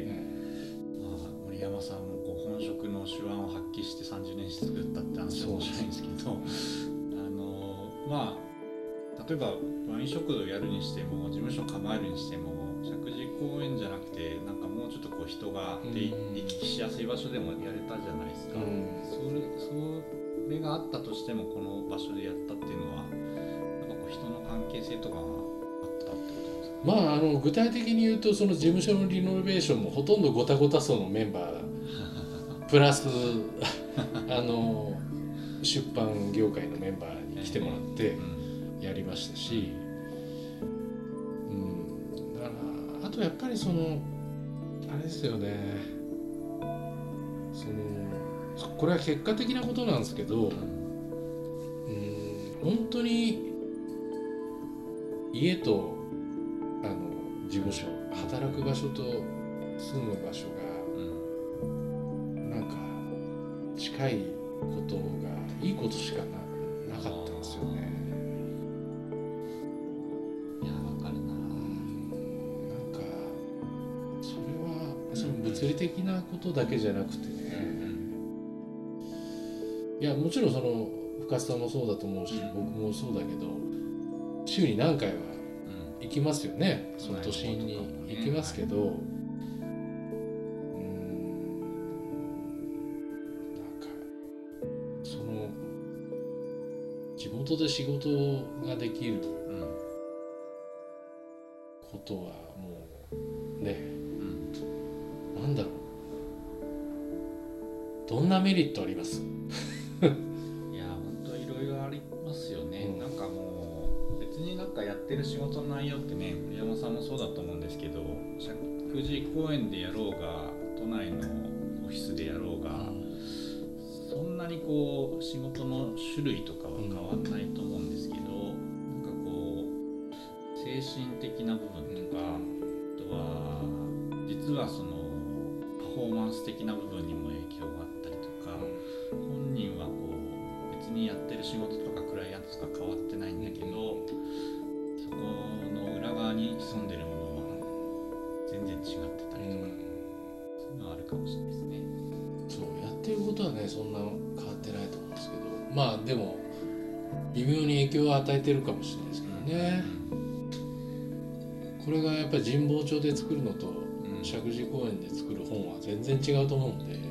[SPEAKER 1] はい、まあ、森山さんもこう本職の手腕を発揮してさんじゅうねん史作ったって話は面白いんですけど、あのまあ例えばワイン食堂やるにしても事務所構えるにしても石神井公園じゃなくてなんかもうちょっとこう人が行き来しやすい場所でもやれたじゃないですか。うん、それそれがあったとしてもこの場所でやったっていうのはなんかこう人の関係性とかがあったってことですか？
[SPEAKER 2] まあ、あの具体的に言うとその事務所のリノベーションもほとんどごたごた荘のメンバープラスあの出版業界のメンバーに来てもらってやりましたし、うん、だからあとやっぱりそのあれですよね、そのこれは結果的なことなんですけど、うん、本当に家とあの事務所、働く場所と住む場所が、うん、なんか近いことがいいことしか な, なかったんですよね。
[SPEAKER 1] いやわかるな。
[SPEAKER 2] なんかそれはその物理的なことだけじゃなくてね、うん、いやもちろんその深津さんもそうだと思うし、うん、僕もそうだけど週に何回は行きますよね、うん、その都心に行きますけど、はい、地元で仕事ができることはもうね、うん、なんだろう、どんなメリットあります？
[SPEAKER 1] いや本当いろいろありますよね、うん、なんかもう別になんかやってる仕事の内容ってね、栗山さんもそうだと思うんですけど、石神井公園でやろうが都内のオフィスでやろうが、うん、そんなにこう仕事の種類とかは変わんないと思うんですけど、うん、なんかこう精神的な部分とか、あとは実はそのパフォーマンス的な部分にも影響があったりとか、本人はこう別にやってる仕事とかクライアントとか変わってないんだけど、そこの裏側に潜んでるものは全然違ってたりとか、うん、そういうのはあるかもしれないですね。
[SPEAKER 2] そうやってることはねそんな変わってないと思うんですけど、まあでも微妙に影響を与えてるかもしれないですけどね、うん、これがやっぱり神保町で作るのと、うん、石神井公園で作る本は全然違うと思うんで、うん、いい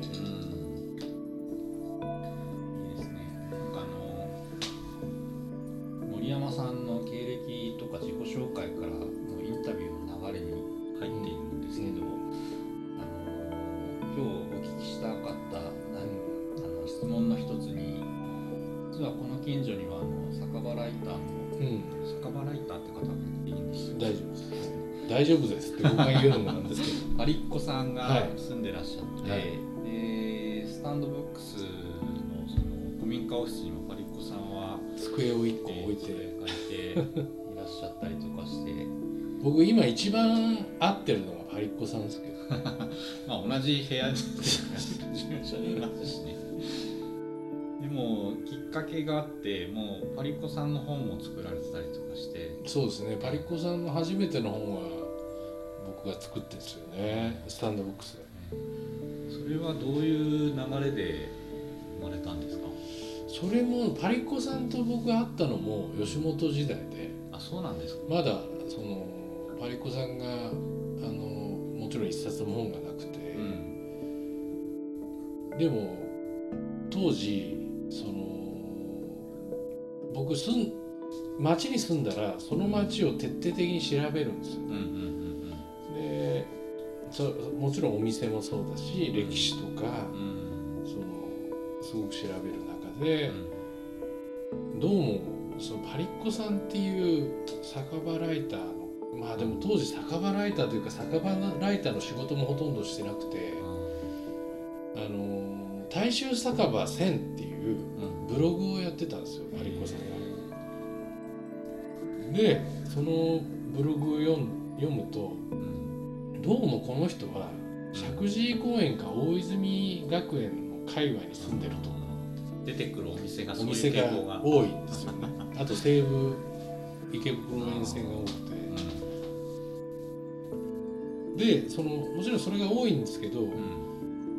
[SPEAKER 1] ですね。なんかあの森山さんの経歴とか自己紹介からのインタビューの流れに入っているんですけど、うんうん、今日お聞きしたかったあの質問の一つに、実はこの近所にはあの酒場ライターの、うん、酒場ライターって方がいるんですよ。
[SPEAKER 2] 大丈夫です大丈夫ですって僕が言うのもなんですけど
[SPEAKER 1] パリッコさんが住んでらっしゃって、はい、でスタンドブックス の, その古民家オフィスにもパリッコさんは
[SPEAKER 2] 机をいっこ置いて
[SPEAKER 1] 借りていらっしゃったりとかして
[SPEAKER 2] 僕今一番合ってるのがパリッコさんですけど
[SPEAKER 1] まあ同じ部屋で事務所にいますしね。でもきっかけがあって、もうパリッコさんの本も作られてたりとかして。
[SPEAKER 2] そうですね、パリッコさんの初めての本は僕が作ってるんですよね、スタンドブックスで。
[SPEAKER 1] それはどういう流れで生まれたんですか？
[SPEAKER 2] それもパリッコさんと僕が会ったのも吉本時代で。
[SPEAKER 1] あ、そうなんですか。
[SPEAKER 2] まだそのパリッコさんがあのもちろん一冊も本がなくて、うん、でも当時その僕住ん町に住んだらその町を徹底的に調べるんですよ、うんうんうんうん、でそもちろんお店もそうだし、うん、歴史とか、うん、そのすごく調べる中で、うん、どうもそのパリッコさんっていう酒場ライターの、まあでも当時酒場ライターというか酒場ライターの仕事もほとんどしてなくて、うん、あの大衆酒場せんっていうブログをやってたんですよ、パリッコさんが。でそのブログを 読, 読むと、うん、どうもこの人は石神井公園か大泉学園の界隈に住んでると、
[SPEAKER 1] 出てくるお店が
[SPEAKER 2] そういう傾向が多いんですよねあと西武池袋沿線が多くて、うん、でそのもちろんそれが多いんですけど、うん、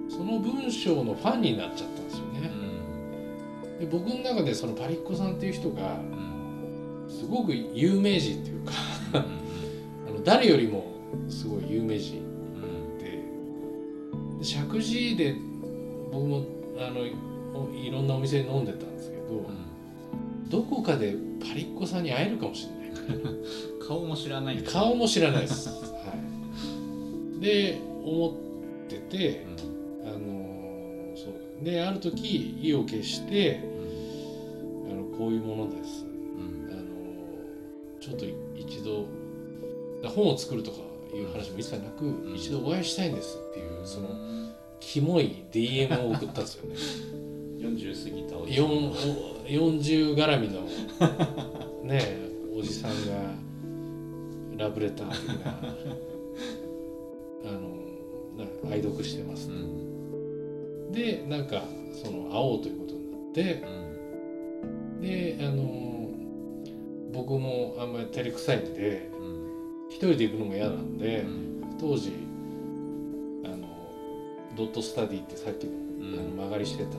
[SPEAKER 2] その文章のファンになっちゃったんですよね、うん、で僕の中でそのパリッコさんっていう人が、うん、すごく有名人っていうかあの誰よりもすごい有名人で、うん、石神井で僕もあのいろんなお店で飲んでたんですけど、うん、どこかでパリッコさんに会えるかもしれない
[SPEAKER 1] 顔も知らない
[SPEAKER 2] 顔も知らないです、はい、で思ってて、うん、あのそうである時意を決して、 こういうものです、
[SPEAKER 1] うん、
[SPEAKER 2] あのちょっと一度本を作るとかいう話も一切なく、うん、一度お会いしたいんですっていうそのキモい ディーエム を送ったんですよね
[SPEAKER 1] よんじゅう過ぎたおじ
[SPEAKER 2] さんよんじゅう絡みのねおじさんがラブレター的なあの愛読してます、うん、でなんかその会おうということになって、うん、であの僕もあんまり照れくさいんで、うん、一人で行くのも嫌なんで、うん、当時あのドットスタディってさっきの、うん、あの曲がりしてた、うん、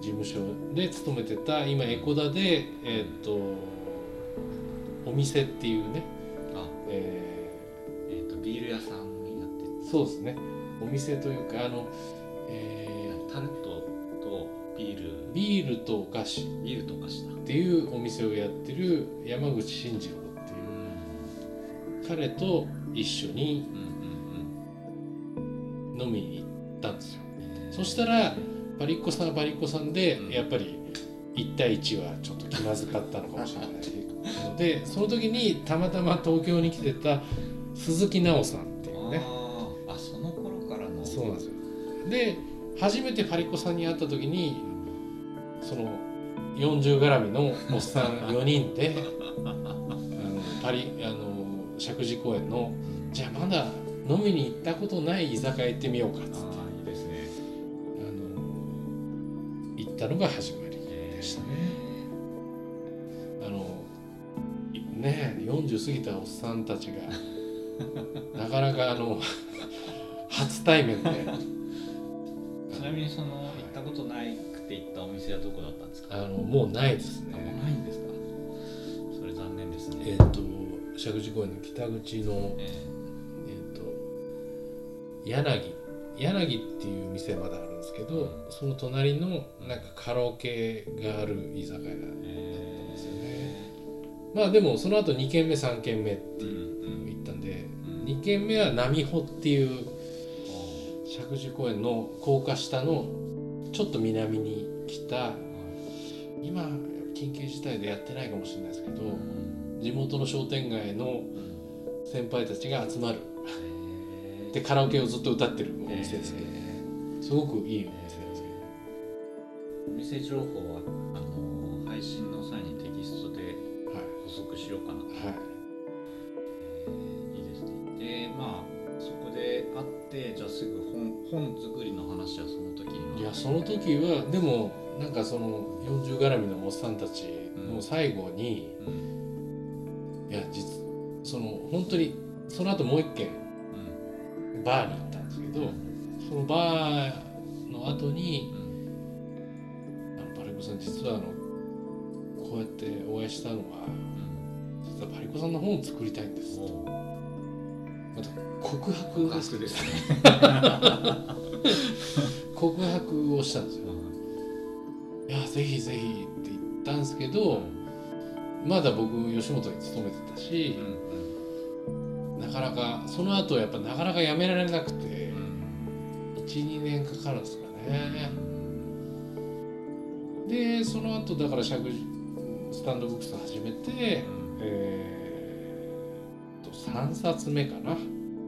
[SPEAKER 2] 事務所で勤めてた今エコダでえー、っとお店っていうね
[SPEAKER 1] あ、えーえー、とビール屋さんになってる
[SPEAKER 2] そうですねお店というかあの、え
[SPEAKER 1] ー、タルトとビール
[SPEAKER 2] ビールとお菓子
[SPEAKER 1] ビールとお菓子だ
[SPEAKER 2] っていうお店をやってる山口慎次郎っていう、うん、彼と一緒に飲みに行ったんですよ、うんうん、そしたらパリッコさんはパリッコさんで、うん、やっぱりいち対いちはちょっと気まずかったのかもしれないのでその時にたまたま東京に来てた鈴木奈緒さんっていうね
[SPEAKER 1] ああその頃からの
[SPEAKER 2] そうなんですよで初めてパリッコさんに会った時にそのよんじゅう絡みのおっさんよにんであのパリあの石神井公園のじゃあまだ飲みに行ったことない居酒屋行ってみようかっつってあ
[SPEAKER 1] いいですね
[SPEAKER 2] あの行ったのが始まりでしたね、えー、あのねよんじゅう過ぎたおっさんたちがなかなかあの初対面で
[SPEAKER 1] ちなみにその行ったことないくて行ったお店はどこだったんですか？
[SPEAKER 2] あのもうないですね。
[SPEAKER 1] あもうないんですか？それ残念ですね。
[SPEAKER 2] えっ、ー、と石神井公園の北口の、えー、えーと柳柳っていう店まだあるんですけど、うん、その隣のなんかカラオケがある居酒屋だったんですよね。えー、まあでもその後に軒目さん軒目っていうのを行ったんで、うんうん、に軒目は波穂っていう石神井公園の高架下のちょっと南に来た今緊急事態でやってないかもしれないですけど、うん、地元の商店街の先輩たちが集まる、うん、でカラオケをずっと歌ってるお店ですけど、えー、すごくいいお店ですけど、
[SPEAKER 1] お店情報はあの配信の際にテキストで補足しようかなと、はいはいえー、いいですね。でまあそこで会ってじゃあすぐ 本, 本作りの話はその時に
[SPEAKER 2] いやその時はでもなんかそのよんじゅう絡みのおっさんたちの最後に、うん、いや実その本当にその後もう一軒、うん、バーに行ったんですけど、うん、そのバーの後に、うん、あのパリコさん実はあのこうやってお会いしたのは、うん、実はパリコさんの本を作りたいんですと。また告白ですね告白をしたんですよ、うん、いやぜひぜひって言ったんですけど、うん、まだ僕吉本に勤めてたし、うんうん、なかなかその後やっぱなかなかやめられなくて、うん、いちにねんかかるんですかね、うん、でその後だからスタンドブックス始めて、うんえーさんさつめかな、うー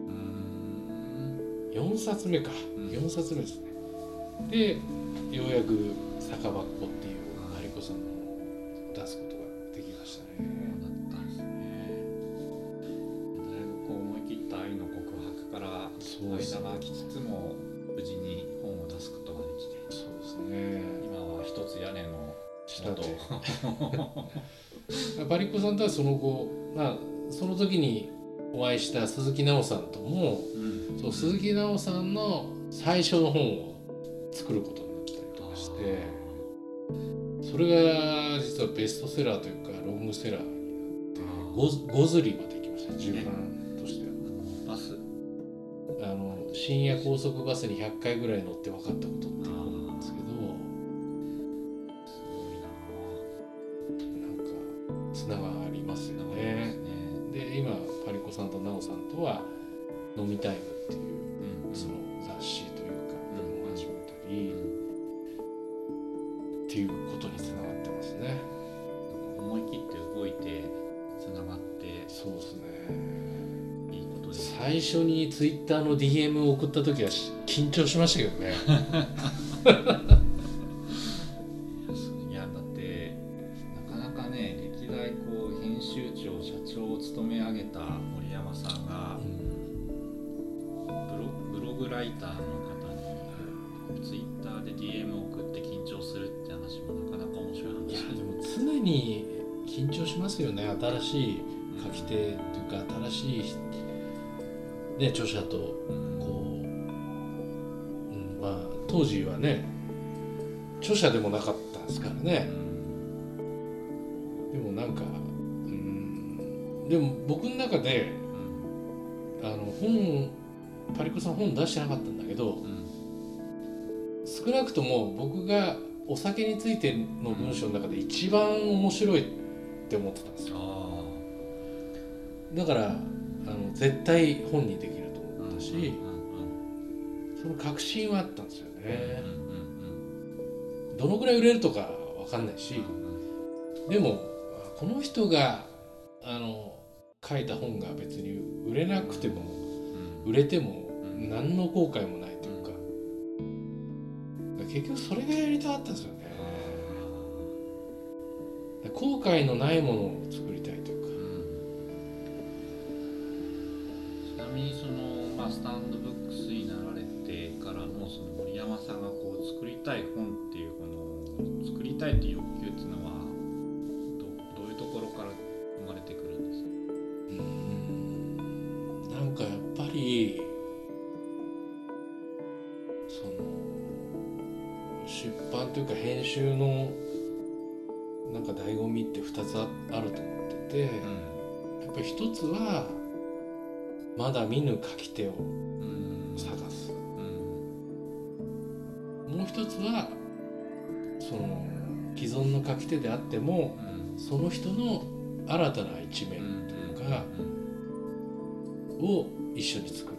[SPEAKER 2] んよんさつめか、うん、よんさつめですね。でようやく酒場っ子っていうマリコさんの出すことができましたね。
[SPEAKER 1] そうだったんですね。だいぶこう思い切った愛の告白から間が空きつつも無事に本を出すことができて、
[SPEAKER 2] そうですね。
[SPEAKER 1] 今は一つ屋根の下と
[SPEAKER 2] マリコさんとはその後、まあ、その時にお会いした鈴木奈緒さんとも、うん、そう鈴木奈緒さんの最初の本を作ることになったりとかしてそれが実はベストセラーというかロングセラーになってごずりまで行きました重版としては。
[SPEAKER 1] バス
[SPEAKER 2] あの深夜高速バスにひゃっかいぐらい乗って分かったことっていう本なんですけど
[SPEAKER 1] すごい
[SPEAKER 2] ななんかつながりますよね。で今パリコさんとナオさんとは飲みタイムっていう、うん、その雑誌というかものを始めたり、うん、っていうことにつながってますね。 最初にツイッターの ディーエム を送った時は緊張しましたけどね
[SPEAKER 1] いやだってなかなかね歴代こう編集長社長を務め上げた森山さんが、うん、ブロ、ブログライターの方にツイッターで ディーエム を送って緊張するって話もなかなか面白い話。
[SPEAKER 2] いやでも常に緊張しますよね。新しい書き手というか新しい、ね、著者とこう、うんまあ、当時はね著者でもなかったんですからね、でもなんか、うん、でも僕の中であの本パリコさん本出してなかったんだけど、うん、少なくとも僕がお酒についての文章の中で一番面白いって思ってたんですよ。だからあの絶対本にできると思ったし、うんうんうん、その確信はあったんですよね、うんうんうん、どのぐらい売れるとか分かんないし、うんうん、でもこの人があの書いた本が別に売れなくても、うん、売れても何の後悔もないというか、うん、結局それがやりたかったんですよね。後悔のないものを作りたいというか、
[SPEAKER 1] ちなみにその、まあ、スタンドブックスになられてからのその森山さんがこう作りたい本っていうこの作りたいという欲求っていうのは ど, どういうところから生まれてくるんですか？
[SPEAKER 2] うーんなんかやっぱりその出版というか編集のなんか醍醐味ってふたつ あ, あると思ってて、うん、やっぱりひとつはまだ見ぬ書き手を探す、うん、もう一つはその既存の書き手であっても、うん、その人の新たな一面というか、うん、を一緒に作る、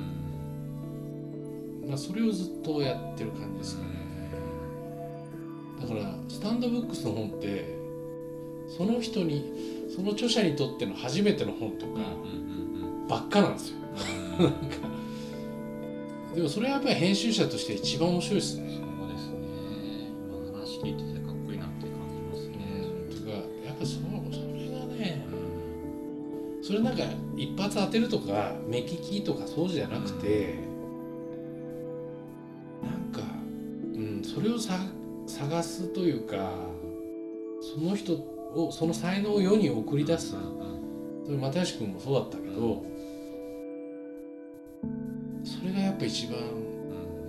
[SPEAKER 2] うん、まあ、それをずっとやってる感じですかね。だからスタンドブックスの本ってその人にその著者にとっての初めての本とかばっかなんですよなんかでもそれはやっぱり編集者として一番面白いですね。
[SPEAKER 1] そうですね。今話聞いててかっこいいなって感じますね。
[SPEAKER 2] うん、とかやっぱ そ, それがね、うん、それなんか一発当てるとか目利きとかそうじゃなくて、うん、なんか、うん、それをさ探すというかその人をその才能を世に送り出す、それ又吉君もそうだったけど、それがやっぱ一番、うん、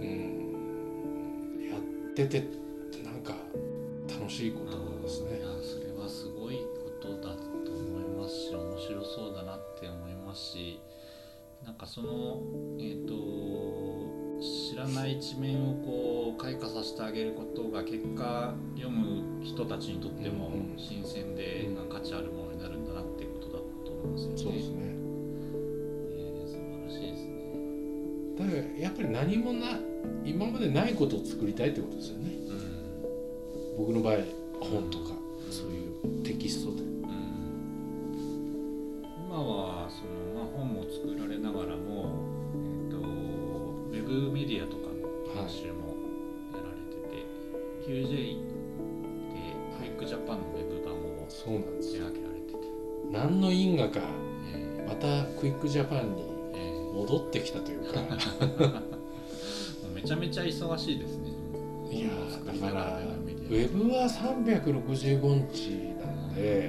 [SPEAKER 2] やっててなんか楽しいことですね。
[SPEAKER 1] いやそれはすごいことだと思いますし面白そうだなって思いますし、なんかそのえっと知らない一面をこう開花させてあげることが結果読む人たちにとっても新鮮で価値あるものになるんだなっていうことだと思うんですよね。
[SPEAKER 2] そうですね、
[SPEAKER 1] えー、素晴らしいですね。
[SPEAKER 2] だからやっぱり何もな今までないことを作りたいってことですよね、うん、僕の場合本とかそういうテキストで、うん、
[SPEAKER 1] 今はその、まあ、本も作られながらも、えーと、ウェブメディアとか編集もやられてて、はい、キュージェイ でクイックジャパンのウェブ版を手掛けられてて、
[SPEAKER 2] 何の因果か、えー、またクイックジャパンに戻ってきたというか、えー、
[SPEAKER 1] めちゃめちゃ忙しいですね。
[SPEAKER 2] いやだからウェブはさんびゃくろくじゅうごにちなんで、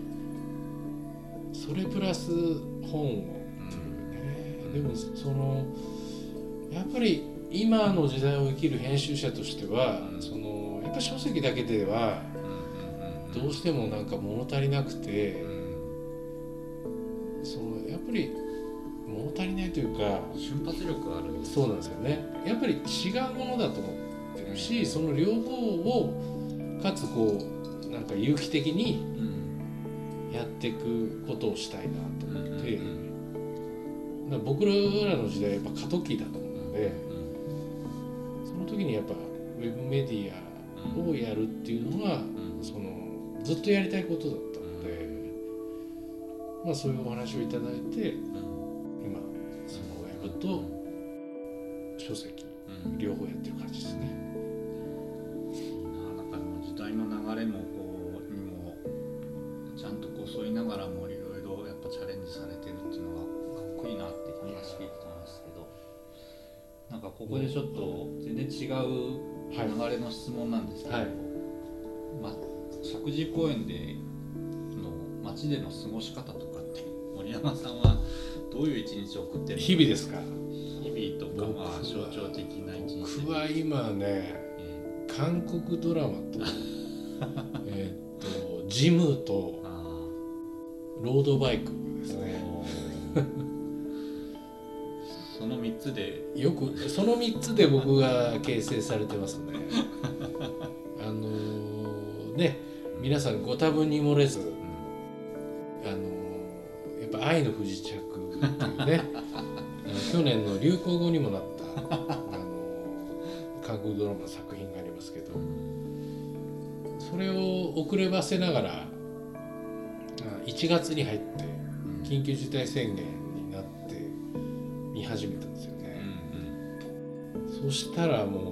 [SPEAKER 2] それプラス本をっていうね、うん、でもそのやっぱり今の時代を生きる編集者としては、うん、そのやっぱ書籍だけではどうしてもなんか物足りなくて、うん、そのやっぱり物足りないというか
[SPEAKER 1] 瞬発力があるんです。
[SPEAKER 2] そうなんですよね。やっぱり違うものだと思ってるし、その両方をかつこうなんか有機的にやっていくことをしたいなと思って、うん、だから僕らの時代はやっぱ過渡期だと思うので、うん、その時にやっぱウェブメディアをやるっていうのは、うん、そのずっとやりたいことだったので、まあそういうお話をいただいて、今プと書籍、うん、両方やってる感じですね。
[SPEAKER 1] なんかでも時代の流れもこうにもちゃんとこう沿いながらもいろいろやっぱチャレンジされてるっていうのがかっこいいなって話聞いてたんですけど、なんかここでちょっと全然違う流れの質問なんですけど、はいはい、ま、石神井公園での街での過ごし方とかって森山さんはどういう一日を送ってるの？
[SPEAKER 2] 日々ですか？
[SPEAKER 1] 日々とかまあ象徴的な一日。
[SPEAKER 2] 僕は今ね、えー、韓国ドラマとえっとジムとロードバイクですね。
[SPEAKER 1] そのみっつで
[SPEAKER 2] よくそのみっつで僕が形成されてますね。あのー、ね皆さんご多分に漏れず、うん、あのー、やっぱ愛の不時着っていうね去年の流行語にもなった、あのー、韓国ドラマの作品がありますけど、それを遅ればせながらいちがつに入って緊急事態宣言になって見始めたんですよね、うんうん、そしたらも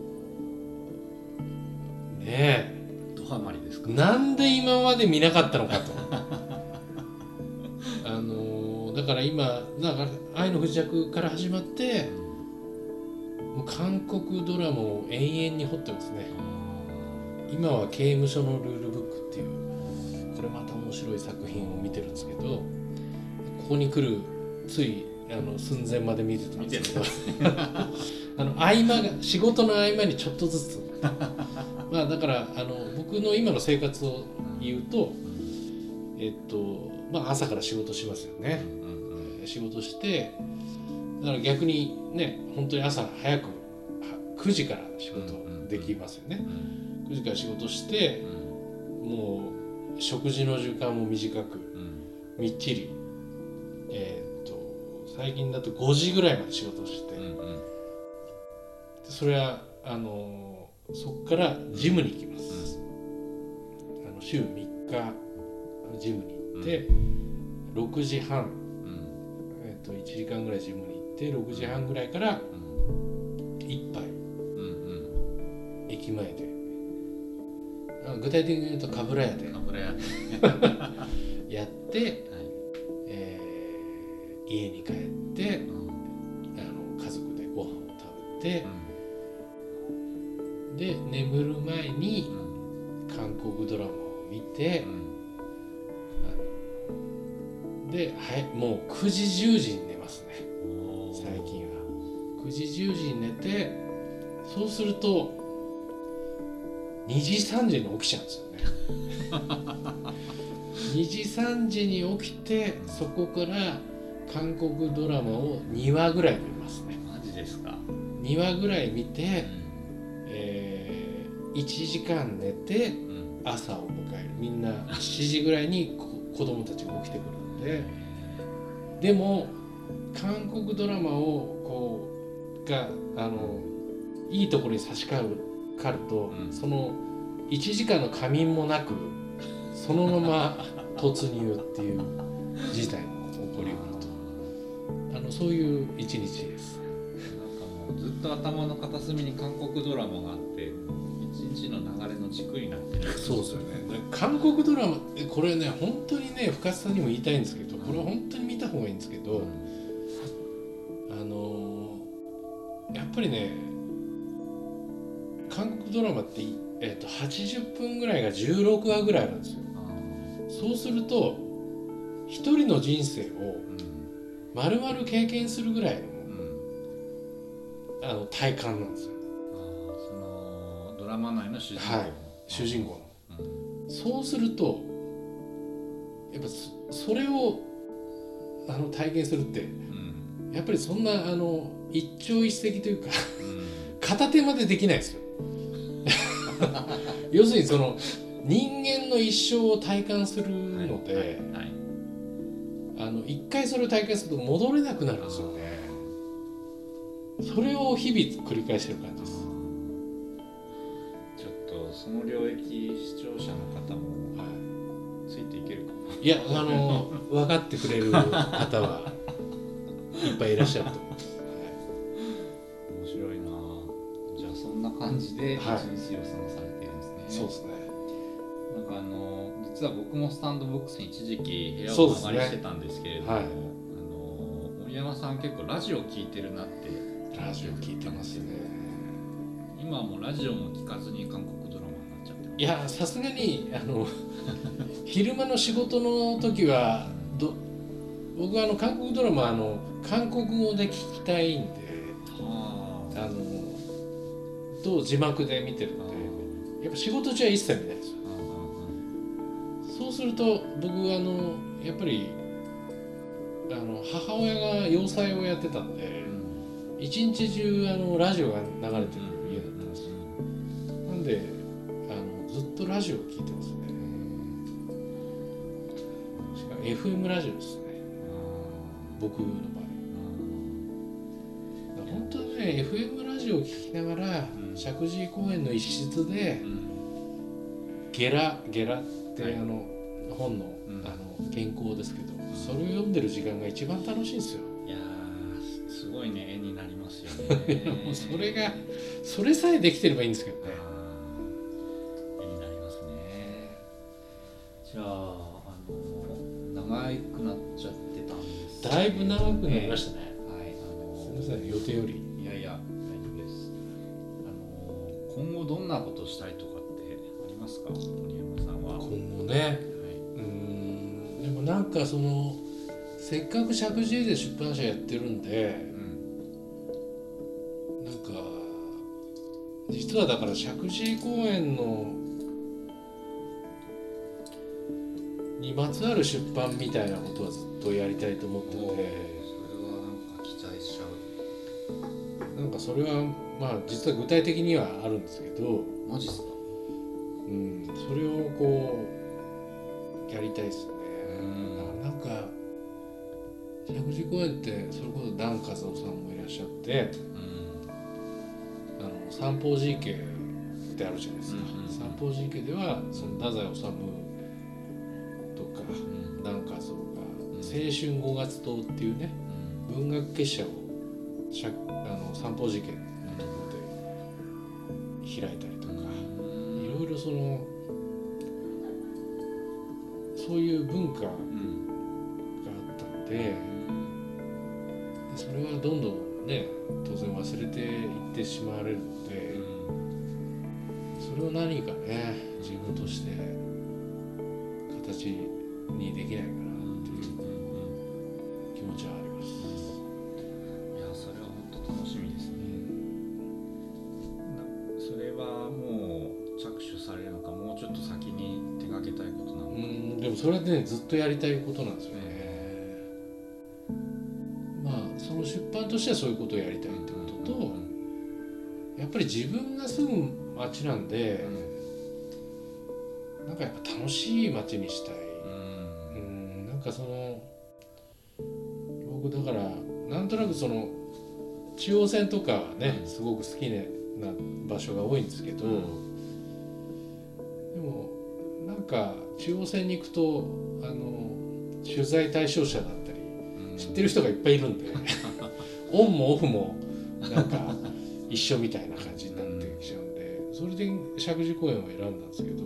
[SPEAKER 2] うねえ
[SPEAKER 1] ドハマりですか？
[SPEAKER 2] なんで今まで見なかったのかとあのだから今なんか愛の不時着から始まってもう韓国ドラマを延々に掘ってますね。今は刑務所のルールブックっていうこれまた面白い作品を見てるんですけど、ここに来るついあの寸前まで見てたんですけどあの合間が仕事の合間にちょっとずつまあだからあの僕の今の生活を言うと、えっとまあ朝から仕事しますよね、うんうん、仕事してだから逆にね本当に朝早くくじから仕事できますよね、うんうんうん、くじから仕事して、うん、もう食事の時間も短く、うん、みっちり、えー、っと最近だとごじぐらいまで仕事をして、うんうん、でそれはあのそこからジムに行きます、うん、あの週みっかジムに行って、うん、ろくじはん、うんえー、っといちじかんぐらいジムに行ってろくじはんぐらいから一杯、うんうん、駅前で具体的に言うとかぶら屋でやって、はいえー、家に帰って、うん、あの家族でご飯を食べて、うん、で眠る前に韓国ドラマを見て、うん、で、はい、もうくじじゅうじに寝ますね最近は。くじじゅうじに寝てそうするとにじさんじに起きちゃうんですよねにじさんじに起きてそこから韓国ドラマをにわぐらい見ますね。
[SPEAKER 1] マジですか？
[SPEAKER 2] にわぐらい見て、うんえー、いちじかん寝て朝を迎える。みんなしちじぐらいに子供たちが起きてくるのででも韓国ドラマをこうがあのいいところに差し掛かると、うん、そのいちじかんの仮眠もなくそのまま突入っていう事態も起こりうるとあのそういう一日です。
[SPEAKER 1] なんかもうずっと頭の片隅に韓国ドラマがあって一日の流れの軸になってる。
[SPEAKER 2] そうですよね。韓国ドラマこれね本当にね深津さんにも言いたいんですけどこれは本当に見た方がいいんですけど、うん、あのやっぱりね韓国ドラマって、えー、とはちじゅっぷんぐらいがじゅうろくわぐらいあるんですよ。そうすると一人の人生を丸々経験するぐらいの、うん、あの体感なんですよ。
[SPEAKER 1] あそのドラマ内の主人公の、はい、
[SPEAKER 2] 主人公の、うん、そうするとやっぱ そ, それをあの体験するって、うん、やっぱりそんなあの一朝一夕というか、うん、片手までできないですよ要するにその人間の一生を体感するので、はいはいはい、あの一回それを体験すると戻れなくなるんですよね。それを日々繰り返してる感じです。
[SPEAKER 1] ちょっとその領域視聴者の方も、はい、ついていけるかも。
[SPEAKER 2] いやあの分かってくれる方はいっぱいいらっしゃると思います、
[SPEAKER 1] 面白いな。じゃあそんな感じで一日を過ごされているんですね、
[SPEAKER 2] はい、そうですね。
[SPEAKER 1] なんかあの実は僕もスタンドボックスに一時期部屋を間借りしてたんですけれども、ね、はい、あの森山さん結構ラジオ聞いてるなって。
[SPEAKER 2] ラジオ聞いてますね。
[SPEAKER 1] 今はもうラジオも聞かずに韓国ドラマになっちゃってます。
[SPEAKER 2] いやさすがにあの昼間の仕事の時はど僕はあの韓国ドラマあの韓国語で聞きたいんで、あのと字幕で見てるんで、やっぱ仕事中は一切見ないですよ。そうすると僕あのやっぱりあの母親が洋裁をやってたんで、うん、一日中あのラジオが流れてる家だったんですよ。なんであのずっとラジオを聞いてますね。しかも エフエム ラジオですね、僕の場合。本当にね エフエム ラジオを聞きながら、うん、石神井公園の一室で、うん、ゲラゲラって、はい、あの本の、うん、あの原稿ですけど、それを読んでる時間が一番楽しいんですよ。
[SPEAKER 1] いやーすごいね、絵になりますよね。
[SPEAKER 2] もうそれがそれさえできてればいいんですけどね。
[SPEAKER 1] 絵になりますね。じゃあ、あの長くなっちゃってたんですけど、
[SPEAKER 2] だいぶ長くなりましたね。
[SPEAKER 1] はい、あの
[SPEAKER 2] すみません、予定より。
[SPEAKER 1] いやいや大丈夫です。あの今後どんなことしたいとかってありますか、森山さんは。
[SPEAKER 2] 今後ね、でもなんかそのせっかく石神井で出版社やってるんで、うん、なんか実はだから石神井公園のにまつわる出版みたいなことはずっとやりたいと思ってて、それは
[SPEAKER 1] なんか期待しちゃ
[SPEAKER 2] う。なんかそれはまあ実は具体的にはあるんですけど。
[SPEAKER 1] マジっすか。
[SPEAKER 2] うん、それをこうやりたいですね。なんか石神井公園ってそれこそ段和夫さんもいらっしゃって、うん、あの三方寺池ってあるじゃないですか、うんうん、三方寺池ではその太宰治とか、うん、段和夫が青春ごがつとうっていうね、うん、文学結社をあの三方寺池のところで開いたりとか、うん、いろいろそのそういう文化があったんで、でそれはどんどんね当然忘れていってしまわれるので、それを何かね自分として形にできないかなっていう気持ちはあります。
[SPEAKER 1] いや、それは本当楽しみですね。それはもう着手されるのか、もうちょっと先に手掛けたいことなのか。
[SPEAKER 2] うん、でもそれはねずっとやりたいことなんですよね。まあその出版としてはそういうことをやりたいってことと、うん、やっぱり自分が住む町なんで、うん、なんかやっぱ楽しい町にしたい。うん、なんかその僕だからなんとなくその中央線とかはねすごく好きな場所が多いんですけど、うん、でもなんか中央線に行くとあの取材対象者だったり、うん、知ってる人がいっぱいいるんでオンもオフもなんか一緒みたいな感じになってきちゃうんで、それで石神井公園を選んだんですけど、うん、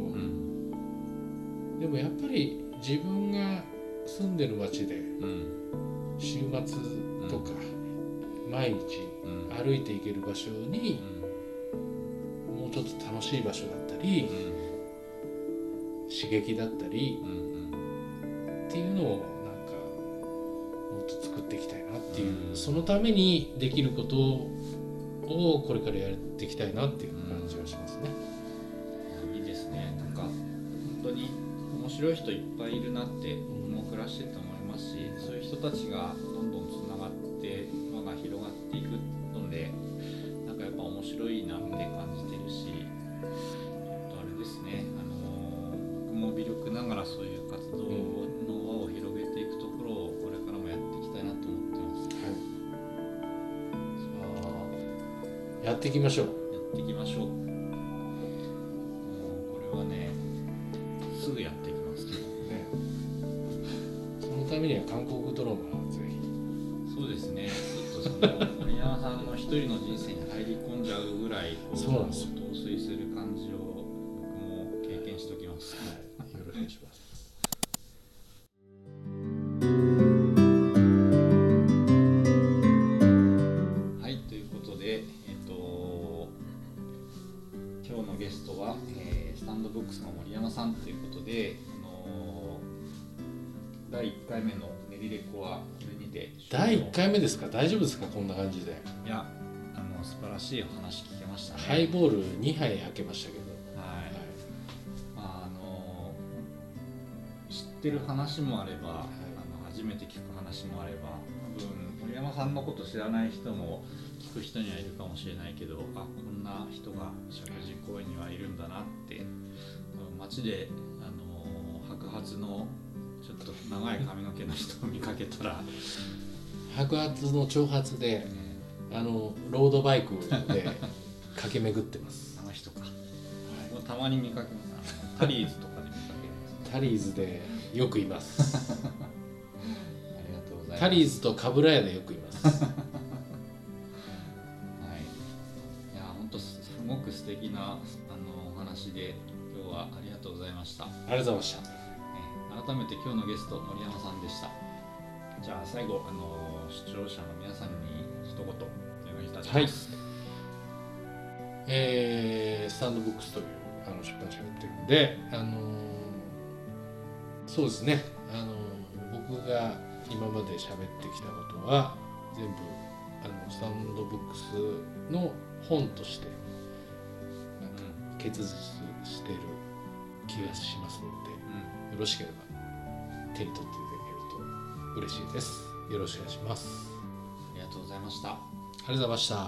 [SPEAKER 2] でもやっぱり自分が住んでる町で、うん、週末とか、うん、毎日歩いて行ける場所に、うん、もうちょっと楽しい場所だったり、うん、刺激だったり、うんうん、っていうのをなんかもっと作っていきたいなっていう、うん、そのためにできることをこれからやっていきたいなっていう感じがしますね。
[SPEAKER 1] うん、いいですね。なんか本当に面白い人いっぱいいるなって僕も暮らしてて思いますし、そういう人たちがどんどんつながって輪が広がっていくので、なんかやっぱ面白いなって感じてるし、ちょっとあれですね、あのー、僕も微力ながらそういう活動の輪を広げていくところをこれからもやっていきたいなと思ってます。はい、
[SPEAKER 2] じゃあやっていきましょう。
[SPEAKER 1] やっていきましょう。もうこれはね、すぐやっていきますけどね。
[SPEAKER 2] そのためには韓国ドラマはぜひ。
[SPEAKER 1] そそうですね。ちょっとその森山さんの一人の人生に入り込んじゃうぐらいこう
[SPEAKER 2] そうなんですよ。
[SPEAKER 1] 陶酔する感じを僕も経験しておきます。
[SPEAKER 2] はい、よろしくお願いします。
[SPEAKER 1] はい、ということで、えっと今日のゲストは、えー、スタンドブックスの森山さんということで、あのー、だいいっかいめの練りレコはこれにて
[SPEAKER 2] だいいっかいめですか？大丈夫ですか？こんな感じで。
[SPEAKER 1] いや、あの素晴らしいお話聞けましたね。
[SPEAKER 2] ハイボールにはい開けましたけど、
[SPEAKER 1] はい、まああの知ってる話もあれば、はい、あの初めて聞く話もあれば、多分森山さんのこと知らない人も聞く人にはいるかもしれないけど、あ、こんな人が石神井公園にはいるんだなって、街であの白髪のちょっと長い髪の毛の人を見かけたら
[SPEAKER 2] 白髪の長髪で、あのロードバイクで駆け巡ってます。
[SPEAKER 1] あの人か、はい、たまに見かけます。タリーズとかで見かけます。
[SPEAKER 2] タリーズでよくいます
[SPEAKER 1] ありがとうございます。
[SPEAKER 2] タリーズとカブラヤでよくいますはい、
[SPEAKER 1] いや本当すごく素敵なあのお話で今日はありがとうございました。あ
[SPEAKER 2] りがとうございました。
[SPEAKER 1] 改めて今日のゲスト森山さんでした。じゃあ最後あの視聴者の皆さんに一言お願いいたします。はい、
[SPEAKER 2] えー、スタンドブックスというあの出版社がやってるんで、あのー、そうですね、あのー、僕が今まで喋ってきたことは全部あのスタンドブックスの本としてなんか結実してる気がしますので、うん、よろしければ手に取っていただけると嬉しいです。よろしくお願いします。
[SPEAKER 1] ありがとうございました。
[SPEAKER 2] ありがとうございました。
[SPEAKER 1] いや、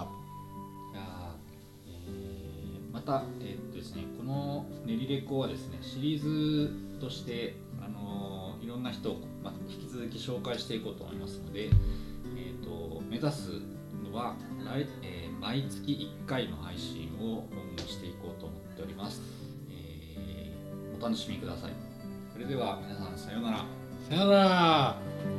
[SPEAKER 1] えー、また、えーっとですね、この練りレコはですね、シリーズとして、あのー、いろんな人を、まあ、引き続き紹介していこうと思いますので、えーっと目指すのは来、えー、毎月いっかいの配信を今後していこうと思っております。えー、お楽しみください。それでは皆さんさようなら。
[SPEAKER 2] さようなら。